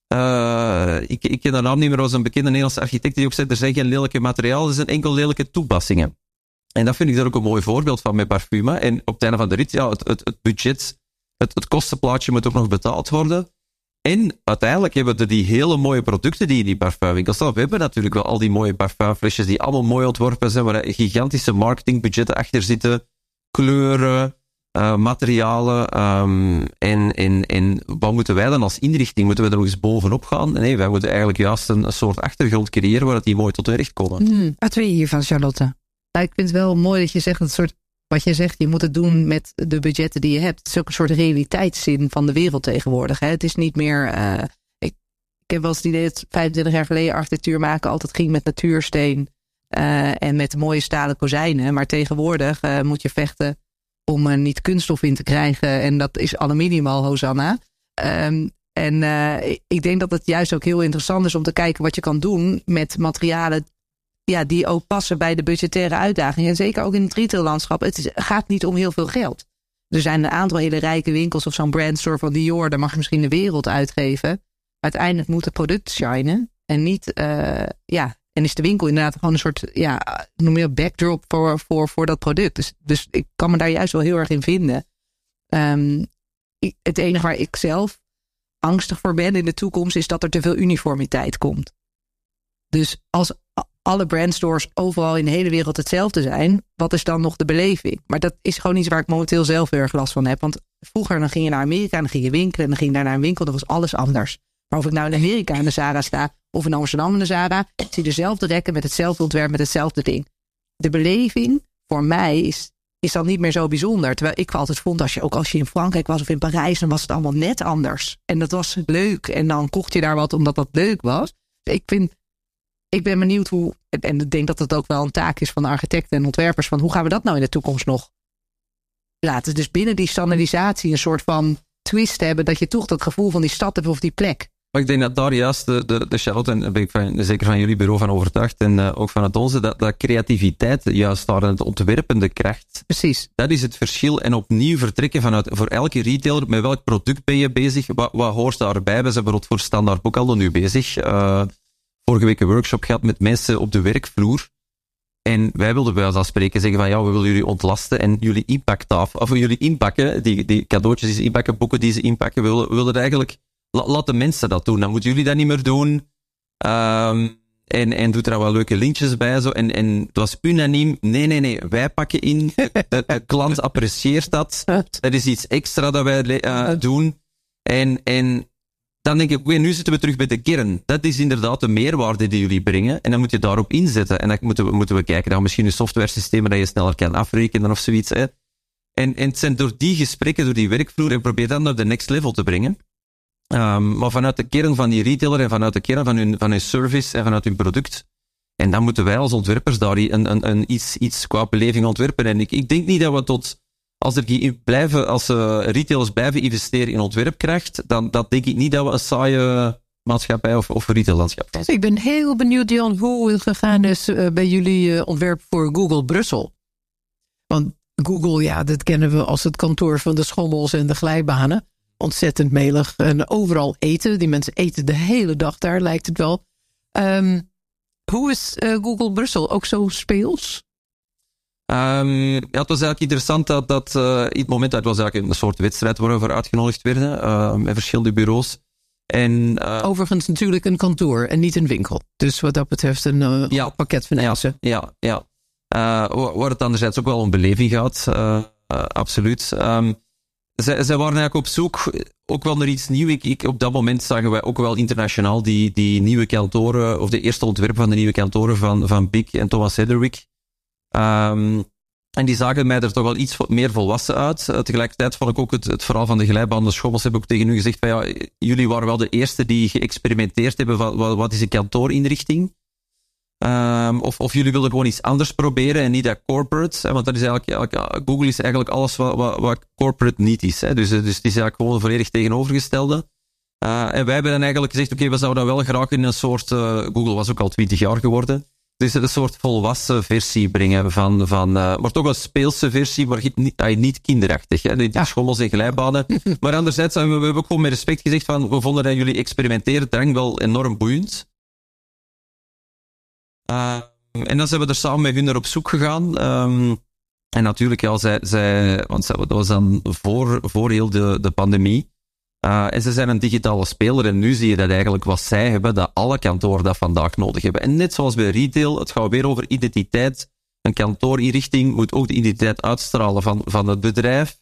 Uh, ik, ik ken de naam niet meer, was een bekende Nederlandse architect die ook zei, er zijn geen lelijke materialen, er zijn enkel lelijke toepassingen. En dat vind ik daar ook een mooi voorbeeld van met Parfuma. En op het einde van de rit, ja, het, het, het budget, het, het kostenplaatje moet ook nog betaald worden. En uiteindelijk hebben we die hele mooie producten die in die parfumwinkels staan. We hebben natuurlijk wel al die mooie parfumflesjes die allemaal mooi ontworpen zijn, waar gigantische marketingbudgetten achter zitten, kleuren, uh, materialen. Um, en, en, en wat moeten wij dan als inrichting? Moeten we er nog eens bovenop gaan? Nee, wij moeten eigenlijk juist een, een soort achtergrond creëren waar die mooi tot hun recht komen. Hmm. Wat wil je hiervan, Charlotte? Nou, ik vind het wel mooi dat je zegt, het soort, wat je zegt, je moet het doen met de budgetten die je hebt. Het is ook een soort realiteitszin van de wereld tegenwoordig. Hè? Het is niet meer... Uh, ik, ik heb wel eens het idee dat vijfentwintig jaar geleden architectuur maken altijd ging met natuursteen uh, en met mooie stalen kozijnen. Maar tegenwoordig uh, moet je vechten om er niet kunststof in te krijgen. En dat is aluminium al, Hosanna. Um, en uh, ik denk dat het juist ook heel interessant is om te kijken wat je kan doen met materialen, ja, die ook passen bij de budgettaire uitdagingen. En zeker ook in het retaillandschap. Het is, gaat niet om heel veel geld. Er zijn een aantal hele rijke winkels of zo'n brandstore van Dior. Daar mag je misschien de wereld uitgeven. Maar uiteindelijk moet het product shinen. En niet, uh, ja, en is de winkel inderdaad gewoon een soort, ja, noem je backdrop voor, voor, voor dat product. Dus, dus ik kan me daar juist wel heel erg in vinden. Um, ik, het enige waar ik zelf angstig voor ben in de toekomst is dat er te veel uniformiteit komt. Dus als alle brandstores overal in de hele wereld hetzelfde zijn, wat is dan nog de beleving? Maar dat is gewoon iets waar ik momenteel zelf heel erg last van heb. Want vroeger dan ging je naar Amerika en dan ging je winkelen en dan ging je daar naar een winkel, dan was alles anders. Maar of ik nou in Amerika in de Zara sta of in Amsterdam in de Zara, ik zie dezelfde rekken met hetzelfde ontwerp, met hetzelfde ding. De beleving voor mij is, is dan niet meer zo bijzonder. Terwijl ik altijd vond, als je, ook als je in Frankrijk was of in Parijs, dan was het allemaal net anders. En dat was leuk. En dan kocht je daar wat omdat dat leuk was. Dus ik vind... Ik ben benieuwd hoe, en ik denk dat het ook wel een taak is van de architecten en ontwerpers, van hoe gaan we dat nou in de toekomst nog laten? Dus binnen die standaardisatie een soort van twist hebben, dat je toch dat gevoel van die stad hebt of die plek. Maar ik denk dat daar juist de, de, de Charlotte, en daar ben ik van, zeker van jullie bureau van overtuigd, en uh, ook van het onze, dat, dat creativiteit juist daar het ontwerpende kracht. Precies. Dat is het verschil. En opnieuw vertrekken vanuit, voor elke retailer, met welk product ben je bezig, wat, wat hoort daarbij? We zijn bijvoorbeeld voor Standaard ook al nu bezig. Uh, Vorige week een workshop gehad met mensen op de werkvloer. En wij wilden bij ons afspreken zeggen van ja, we willen jullie ontlasten en jullie impacttafel, of jullie inpakken, die, die cadeautjes die ze inpakken, boeken die ze inpakken, we willen, we willen eigenlijk, la, laat de mensen dat doen. Dan moeten jullie dat niet meer doen. Um, en, en doet er wel leuke lintjes bij. Zo. En, en het was unaniem, nee, nee, nee, wij pakken in. De, de klant apprecieert dat. Dat is iets extra dat wij uh, doen. En, en dan denk ik, oké, nu zitten we terug bij de kern. Dat is inderdaad de meerwaarde die jullie brengen. En dan moet je daarop inzetten. En dan moeten we, moeten we kijken, dan misschien een softwaresysteem dat je sneller kan afrekenen of zoiets. Hè. En, en het zijn door die gesprekken, door die werkvloer, en probeer dat naar de next level te brengen. Um, maar vanuit de kern van die retailer en vanuit de kern van hun, van hun service en vanuit hun product. En dan moeten wij als ontwerpers daar een, een, een iets, iets qua beleving ontwerpen. En ik, ik denk niet dat we tot, als er blijven, als uh, retailers blijven investeren in ontwerpkracht, dan dat denk ik niet dat we een saaie maatschappij of, of retaillandschap gaan zijn. Ik ben heel benieuwd, Jan, hoe het gegaan is uh, bij jullie uh, ontwerp voor Google Brussel. Want Google, ja, dat kennen we als het kantoor van de schommels en de glijbanen. Ontzettend melig. En overal eten. Die mensen eten de hele dag daar, lijkt het wel. Um, hoe is uh, Google Brussel? Ook zo speels? Um, ja, het was eigenlijk interessant dat, dat uh, in het moment dat het was eigenlijk een soort wedstrijd waar we voor uitgenodigd werden. Uh, met verschillende bureaus. En, uh, Overigens natuurlijk een kantoor en niet een winkel. Dus wat dat betreft een uh, ja, pakket van eisen. Ja, ja. ja. Uh, waar het anderzijds ook wel om beleving gaat. Uh, uh, absoluut. Um, zij, zij waren eigenlijk op zoek ook wel naar iets nieuws. Ik, ik, op dat moment zagen wij ook wel internationaal die, die nieuwe kantoren, of de eerste ontwerpen van de nieuwe kantoren van, van Big en Thomas Hedderwick. Um, en die zagen mij er toch wel iets meer volwassen uit. Uh, tegelijkertijd vond ik ook het, het verhaal van de glijbaan, de schommels, heb ik ook tegen u gezegd van ja, jullie waren wel de eerste die geëxperimenteerd hebben van wat, wat is een kantoorinrichting. Um, of, of jullie willen gewoon iets anders proberen en niet dat corporate. Hè, want dat is eigenlijk, eigenlijk, Google is eigenlijk alles wat, wat, wat corporate niet is. Hè. Dus, dus het is eigenlijk gewoon volledig tegenovergestelde. Uh, en wij hebben dan eigenlijk gezegd, oké, okay, we zouden dan wel graag in een soort, uh, Google was ook al twintig jaar geworden, dus een soort volwassen versie brengen van, van uh, maar toch een speelse versie, maar niet, uh, niet kinderachtig. Hè. Die ja. schommels en glijbanen. Maar anderzijds hebben we, we hebben ook gewoon met respect gezegd van, we vonden dat jullie experimenteren drang wel enorm boeiend. Uh, en dan zijn we er samen met hun naar op zoek gegaan. Um, en natuurlijk, ja, zij, zij, want dat was dan voor, voor heel de, de pandemie. Uh, en ze zijn een digitale speler en nu zie je dat eigenlijk wat zij hebben, dat alle kantoren dat vandaag nodig hebben. En net zoals bij retail, het gaat weer over identiteit. Een kantoorinrichting moet ook de identiteit uitstralen van, van het bedrijf.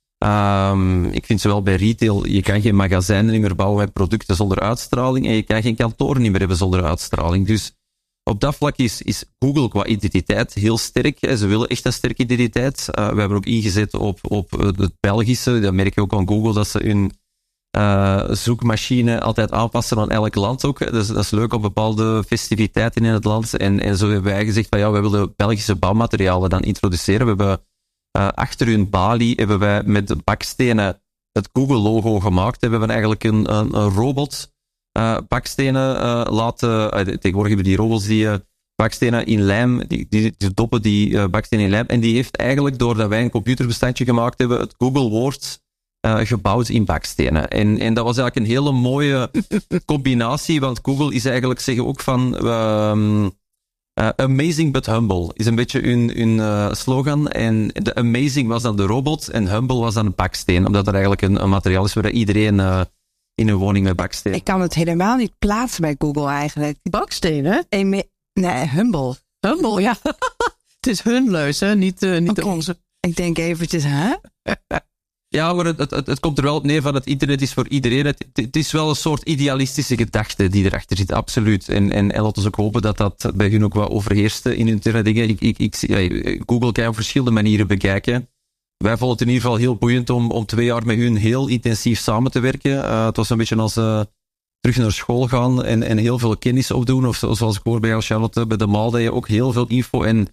Um, ik vind zowel bij retail, je kan geen magazijnen meer bouwen met producten zonder uitstraling en je kan geen kantoren niet meer hebben zonder uitstraling. Dus op dat vlak is, is Google qua identiteit heel sterk. Ze willen echt een sterke identiteit. Uh, we hebben ook ingezet op, op het Belgische. Dat merk je ook aan Google, dat ze hun uh, zoekmachine altijd aanpassen aan elk land ook. Dus dat is leuk op bepaalde festiviteiten in het land. En, en zo hebben wij gezegd van ja, we willen Belgische bouwmaterialen dan introduceren. We hebben uh, achter hun balie hebben wij met de bakstenen het Google-logo gemaakt. We hebben eigenlijk een, een, een robot Uh, bakstenen uh, laten, uh, tegenwoordig hebben die robots die uh, bakstenen in lijm, die, die, die doppen die uh, bakstenen in lijm, en die heeft eigenlijk, doordat wij een computerbestandje gemaakt hebben, het Google-woord uh, gebouwd in bakstenen. En, en dat was eigenlijk een hele mooie combinatie, want Google is eigenlijk, zeggen ook van, um, uh, amazing but humble, is een beetje hun, hun uh, slogan, en de amazing was dan de robot, en humble was dan een baksteen, omdat dat eigenlijk een, een materiaal is waar iedereen uh, in een woning met baksteen. Ik kan het helemaal niet plaatsen bij Google eigenlijk. Baksteen, hè? Me- nee, humble. Humble, ja. Het is hun leus, hè? Niet, uh, niet okay. onze. Ik denk eventjes, hè? Ja, maar het, het, het komt er wel op neer van het internet is voor iedereen. Het, het is wel een soort idealistische gedachte die erachter zit, absoluut. En, en, en laten we ook hopen dat dat bij hun ook wat overheerst in interne dingen. Ik, ik, ik, Google kan je op verschillende manieren bekijken. Wij vonden het in ieder geval heel boeiend om, om twee jaar met hun heel intensief samen te werken. Uh, het was een beetje als uh, terug naar school gaan en, en heel veel kennis opdoen. Of zoals ik hoor bij jou, Charlotte, bij de Maal, dat je ook heel veel info en...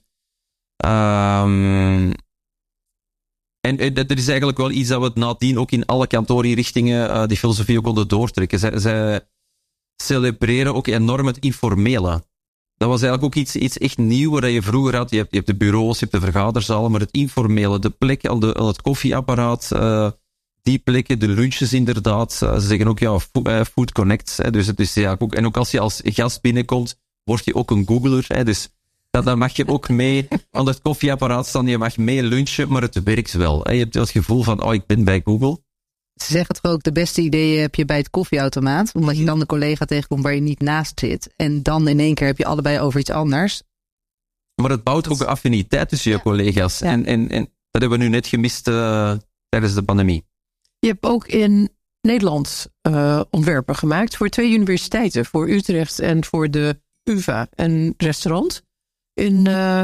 Um, en, en dat is eigenlijk wel iets dat we nadien ook in alle kantoorinrichtingen uh, die filosofie ook konden doortrekken. Zij, zij celebreren ook enorm het informele. Dat was eigenlijk ook iets, iets echt nieuws wat je vroeger had. Je hebt, je hebt de bureaus, je hebt de vergaderzalen, maar het informele, de plek aan, de, aan het koffieapparaat, uh, die plekken, de lunches inderdaad. Uh, ze zeggen ook, ja, food, uh, food connects. Hè, dus het is ja, ook, en ook als je als gast binnenkomt, word je ook een Googler. Hè, dus dat, dan mag je ook mee aan het koffieapparaat staan, je mag mee lunchen, maar het werkt wel. Hè. Je hebt het gevoel van, oh, ik ben bij Google. Ze zeggen toch ook, de beste ideeën heb je bij het koffieautomaat. Omdat je dan de collega tegenkomt waar je niet naast zit. En dan in één keer heb je allebei over iets anders. Maar het bouwt ook een affiniteit tussen je ja. collega's. Ja. En, en, en dat hebben we nu net gemist uh, tijdens de pandemie. Je hebt ook in Nederlands uh, ontwerpen gemaakt voor twee universiteiten. Voor Utrecht en voor de U vA. Een restaurant in, uh,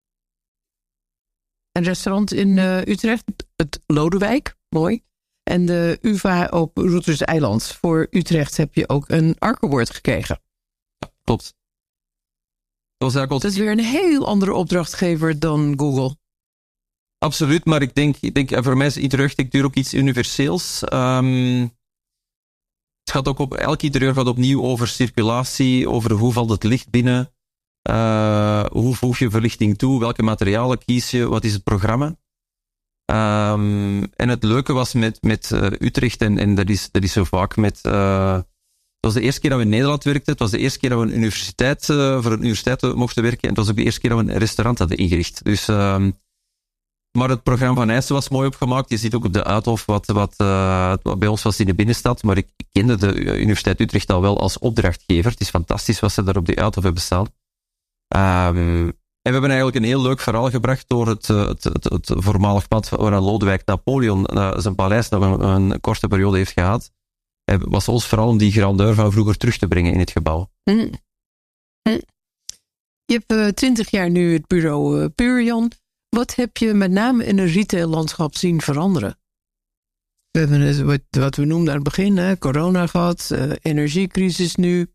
een restaurant in uh, Utrecht. Het Lodewijk, mooi. En de U vA op Routers Eiland. Voor Utrecht heb je ook een Arco-woord gekregen. Ja, klopt. Dat, was dat is weer een heel andere opdrachtgever dan Google. Absoluut, maar ik denk, ik denk voor mij is ieder ook iets universeels. Um, het gaat ook op, elk interieur gaat opnieuw over circulatie, over hoe valt het licht binnen, uh, hoe voeg je verlichting toe, welke materialen kies je, wat is het programma. Um, en het leuke was met, met uh, Utrecht, en, en dat, is, dat is zo vaak met... Uh, het was de eerste keer dat we in Nederland werkten, het was de eerste keer dat we een universiteit, uh, voor een universiteit mochten werken, en het was ook de eerste keer dat we een restaurant hadden ingericht. Dus... Um, Maar het programma van IJssen was mooi opgemaakt. Je ziet ook op de Uithof wat, wat, uh, wat bij ons was in de binnenstad. Maar ik, ik kende de Universiteit Utrecht al wel als opdrachtgever. Het is fantastisch wat ze daar op de Uithof hebben staan. Um, en we hebben eigenlijk een heel leuk verhaal gebracht door het, het, het, het voormalig pand waar Lodewijk Napoleon uh, zijn paleis nog een, een korte periode heeft gehad. Het was ons vooral om die grandeur van vroeger terug te brengen in het gebouw. Mm. Mm. Je hebt twintig uh, jaar nu het bureau uh, Purion. Wat heb je met name in het retaillandschap zien veranderen? We hebben wat, wat we noemden aan het begin, hè? Corona gehad, uh, energiecrisis nu.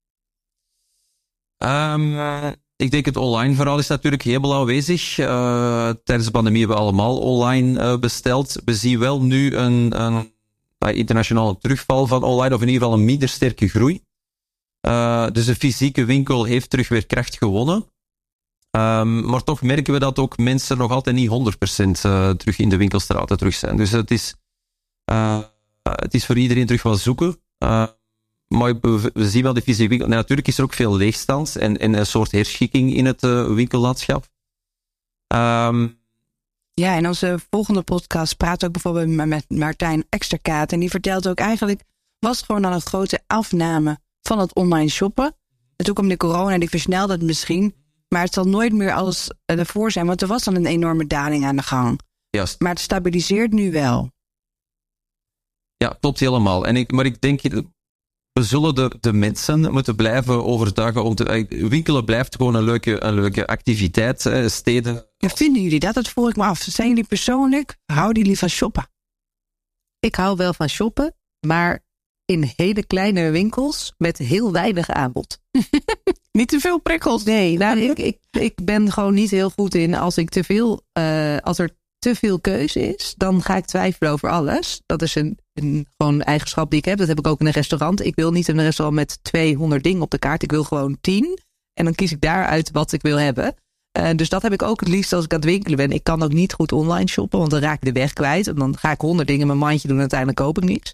Um, uh, ik denk het online verhaal is natuurlijk heel aanwezig. Uh, tijdens de pandemie hebben we allemaal online uh, besteld. We zien wel nu een, een, een internationale terugval van online, of in ieder geval een minder sterke groei. Uh, dus de fysieke winkel heeft terug weer kracht gewonnen. Um, maar toch merken we dat ook mensen nog altijd niet honderd procent uh, terug in de winkelstraten terug zijn. Dus het is, uh, het is voor iedereen terug wat zoeken. Uh, maar we, we zien wel de fysieke winkel. Nou, natuurlijk is er ook veel leegstand en, en een soort herschikking in het uh, winkellandschap. Um, ja, en onze volgende podcast praat ook bijvoorbeeld met Martijn Eksterkaat. En die vertelt ook eigenlijk, was het gewoon al een grote afname van het online shoppen. En toen kwam de corona, die versnelde het misschien. Maar het zal nooit meer als ervoor zijn, want er was dan een enorme daling aan de gang. Juist. Maar het stabiliseert nu wel. Ja, klopt helemaal. En ik, maar ik denk, we zullen de, de mensen moeten blijven overtuigen om te... Winkelen blijft gewoon een leuke, een leuke activiteit, hè, steden. Ja, vinden jullie dat? Dat vroeg ik me af. Zijn jullie persoonlijk, houden jullie van shoppen? Ik hou wel van shoppen, maar in hele kleine winkels met heel weinig aanbod. Niet te veel prikkels. Nee, nou, ik, ik, ik ben gewoon niet heel goed in als ik te veel, uh, als er te veel keuze is, dan ga ik twijfelen over alles. Dat is een, een gewoon eigenschap die ik heb. Dat heb ik ook in een restaurant. Ik wil niet in een restaurant met tweehonderd dingen op de kaart. Ik wil gewoon tien. En dan kies ik daaruit wat ik wil hebben. Uh, dus dat heb ik ook het liefst als ik aan het winkelen ben. Ik kan ook niet goed online shoppen, want dan raak ik de weg kwijt. En dan ga ik honderd dingen in mijn mandje doen en uiteindelijk koop ik niets.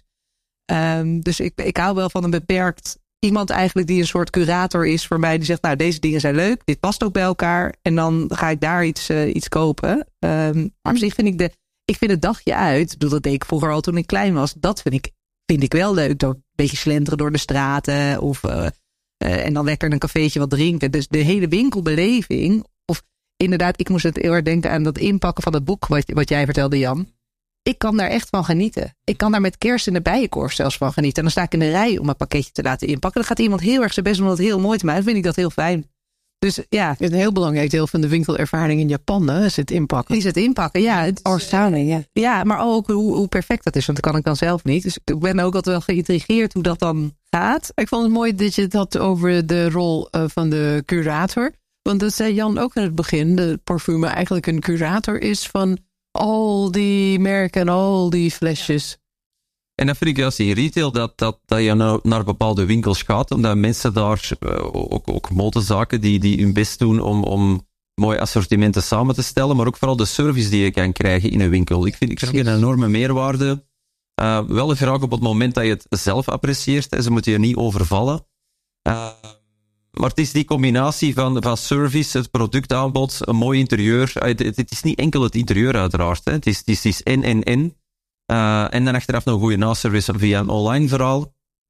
Um, dus ik, ik hou wel van een beperkt iemand eigenlijk die een soort curator is voor mij. Die zegt, nou, deze dingen zijn leuk. Dit past ook bij elkaar. En dan ga ik daar iets, uh, iets kopen. Um, maar op zich vind ik de... Ik vind het dagje uit. Ik bedoel, dat deed ik vroeger al toen ik klein was. Dat vind ik, vind ik wel leuk. Door een beetje slenteren door de straten. Of, uh, uh, en dan lekker een cafeetje wat drinken. Dus de hele winkelbeleving. Of inderdaad, ik moest het heel erg denken aan dat inpakken van het boek. Wat, wat jij vertelde, Jan. Ik kan daar echt van genieten. Ik kan daar met kerst in de bijenkorf zelfs van genieten. En dan sta ik in de rij om een pakketje te laten inpakken. Dan gaat iemand heel erg zijn best om dat heel mooi te maken. Dan vind ik dat heel fijn. Dus ja. Het is een heel belangrijk deel van de winkelervaring in Japan, hè? Is het inpakken. Is het inpakken, ja. Het Orsanen, ja. Ja, maar ook hoe, hoe perfect dat is. Want dat kan ik dan zelf niet. Dus ik ben ook altijd wel geïntrigeerd hoe dat dan gaat. Ik vond het mooi dat je het had over de rol uh, van de curator. Want dat zei Jan ook in het begin. De parfume eigenlijk een curator is van al die merken en al die flesjes. En dat vind ik juist in retail, dat, dat, dat je naar, naar bepaalde winkels gaat, omdat mensen daar, uh, ook, ook modezaken, die, die hun best doen om, om mooie assortimenten samen te stellen, maar ook vooral de service die je kan krijgen in een winkel. Ik vind, ik vind het een enorme meerwaarde. Uh, wel de vraag op het moment dat je het zelf apprecieert, hè, ze moeten je niet overvallen. Uh, maar het is die combinatie van, van service, het productaanbod, een mooi interieur. Het, het, het is niet enkel het interieur uiteraard, hè. Het is, het is, het is en, en, en. Uh, en dan achteraf nog een goede naservice via een online verhaal.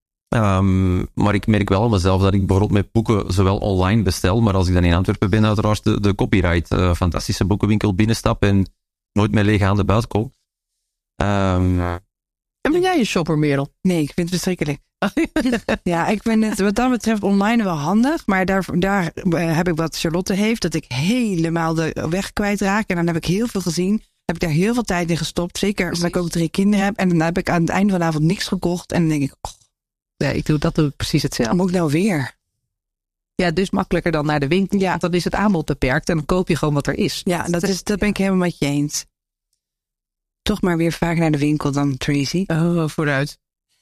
Um, maar ik merk wel aan mezelf dat ik bijvoorbeeld met boeken zowel online bestel, maar als ik dan in Antwerpen ben, uiteraard de, de Copyright, uh, fantastische boekenwinkel binnenstap en nooit meer lege handen buiten kom. Um, En ben jij een shopper, Merel? Nee, ik vind het verschrikkelijk. Ja, ik vind het wat dat betreft online wel handig. Maar daar, daar heb ik wat Charlotte heeft. Dat ik helemaal de weg kwijtraak. En dan heb ik heel veel gezien. Heb ik daar heel veel tijd in gestopt. Zeker omdat ik ook drie kinderen heb. En dan heb ik aan het einde van de avond niks gekocht. En dan denk ik, oh, Ja, ik doe dat doe ik precies hetzelfde. moet ik nou weer? Ja, dus makkelijker dan naar de winkel. Ja, dan is het aanbod beperkt en dan koop je gewoon wat er is. Ja, dat, is, dat ben ik helemaal met je eens. Toch maar weer vaak naar de winkel dan, Tracy. Oh, vooruit.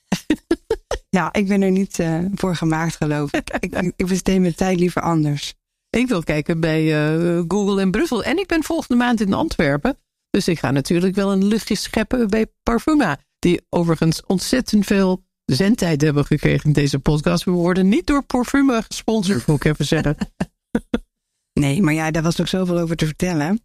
Ja, ik ben er niet uh, voor gemaakt, geloof ik. ik. Ik besteed mijn tijd liever anders. Ik wil kijken bij uh, Google in Brussel. En ik ben volgende maand in Antwerpen. Dus ik ga natuurlijk wel een luchtje scheppen bij Parfuma. Die overigens ontzettend veel zendtijd hebben gekregen in deze podcast. We worden niet door Parfuma gesponsord, moet ik even zeggen. Nee, maar ja, daar was ook zoveel over te vertellen.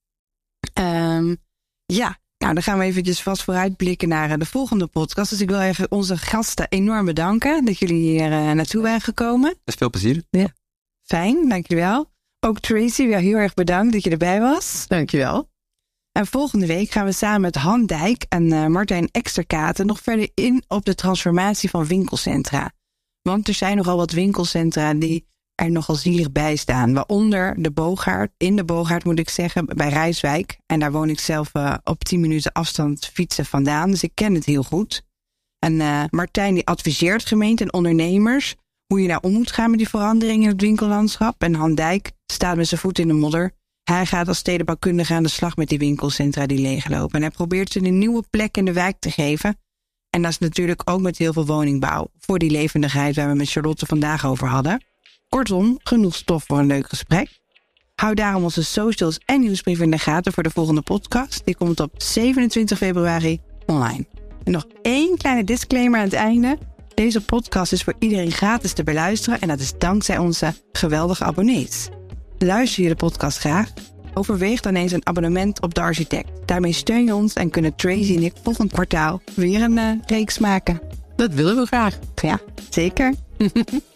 Um, ja, nou dan gaan we eventjes vast vooruitblikken naar uh, de volgende podcast. Dus ik wil even onze gasten enorm bedanken dat jullie hier uh, naartoe waren gekomen. Met veel plezier. Ja. Fijn, dankjewel. Ook Tracy, weer heel erg bedankt dat je erbij was. Dankjewel. En volgende week gaan we samen met Han Dijk en uh, Martijn Eksterkaten nog verder in op de transformatie van winkelcentra. Want er zijn nogal wat winkelcentra die er nogal zielig bij staan. Waaronder de Boogaard, in de Boogaard moet ik zeggen, bij Rijswijk. En daar woon ik zelf uh, op tien minuten afstand fietsen vandaan. Dus ik ken het heel goed. En uh, Martijn die adviseert gemeenten en ondernemers hoe je nou om moet gaan met die veranderingen in het winkellandschap. En Han Dijk staat met zijn voet in de modder. Hij gaat als stedenbouwkundige aan de slag met die winkelcentra die leeglopen. En hij probeert ze een nieuwe plek in de wijk te geven. En dat is natuurlijk ook met heel veel woningbouw. Voor die levendigheid waar we met Charlotte vandaag over hadden. Kortom, genoeg stof voor een leuk gesprek. Hou daarom onze socials en nieuwsbrief in de gaten voor de volgende podcast. Die komt op zevenentwintig februari online. En nog één kleine disclaimer aan het einde. Deze podcast is voor iedereen gratis te beluisteren. En dat is dankzij onze geweldige abonnees. Luister je de podcast graag? Overweeg dan eens een abonnement op De Architect. Daarmee steun je ons en kunnen Tracy en ik volgend kwartaal weer een uh, reeks maken. Dat willen we graag. Ja, zeker.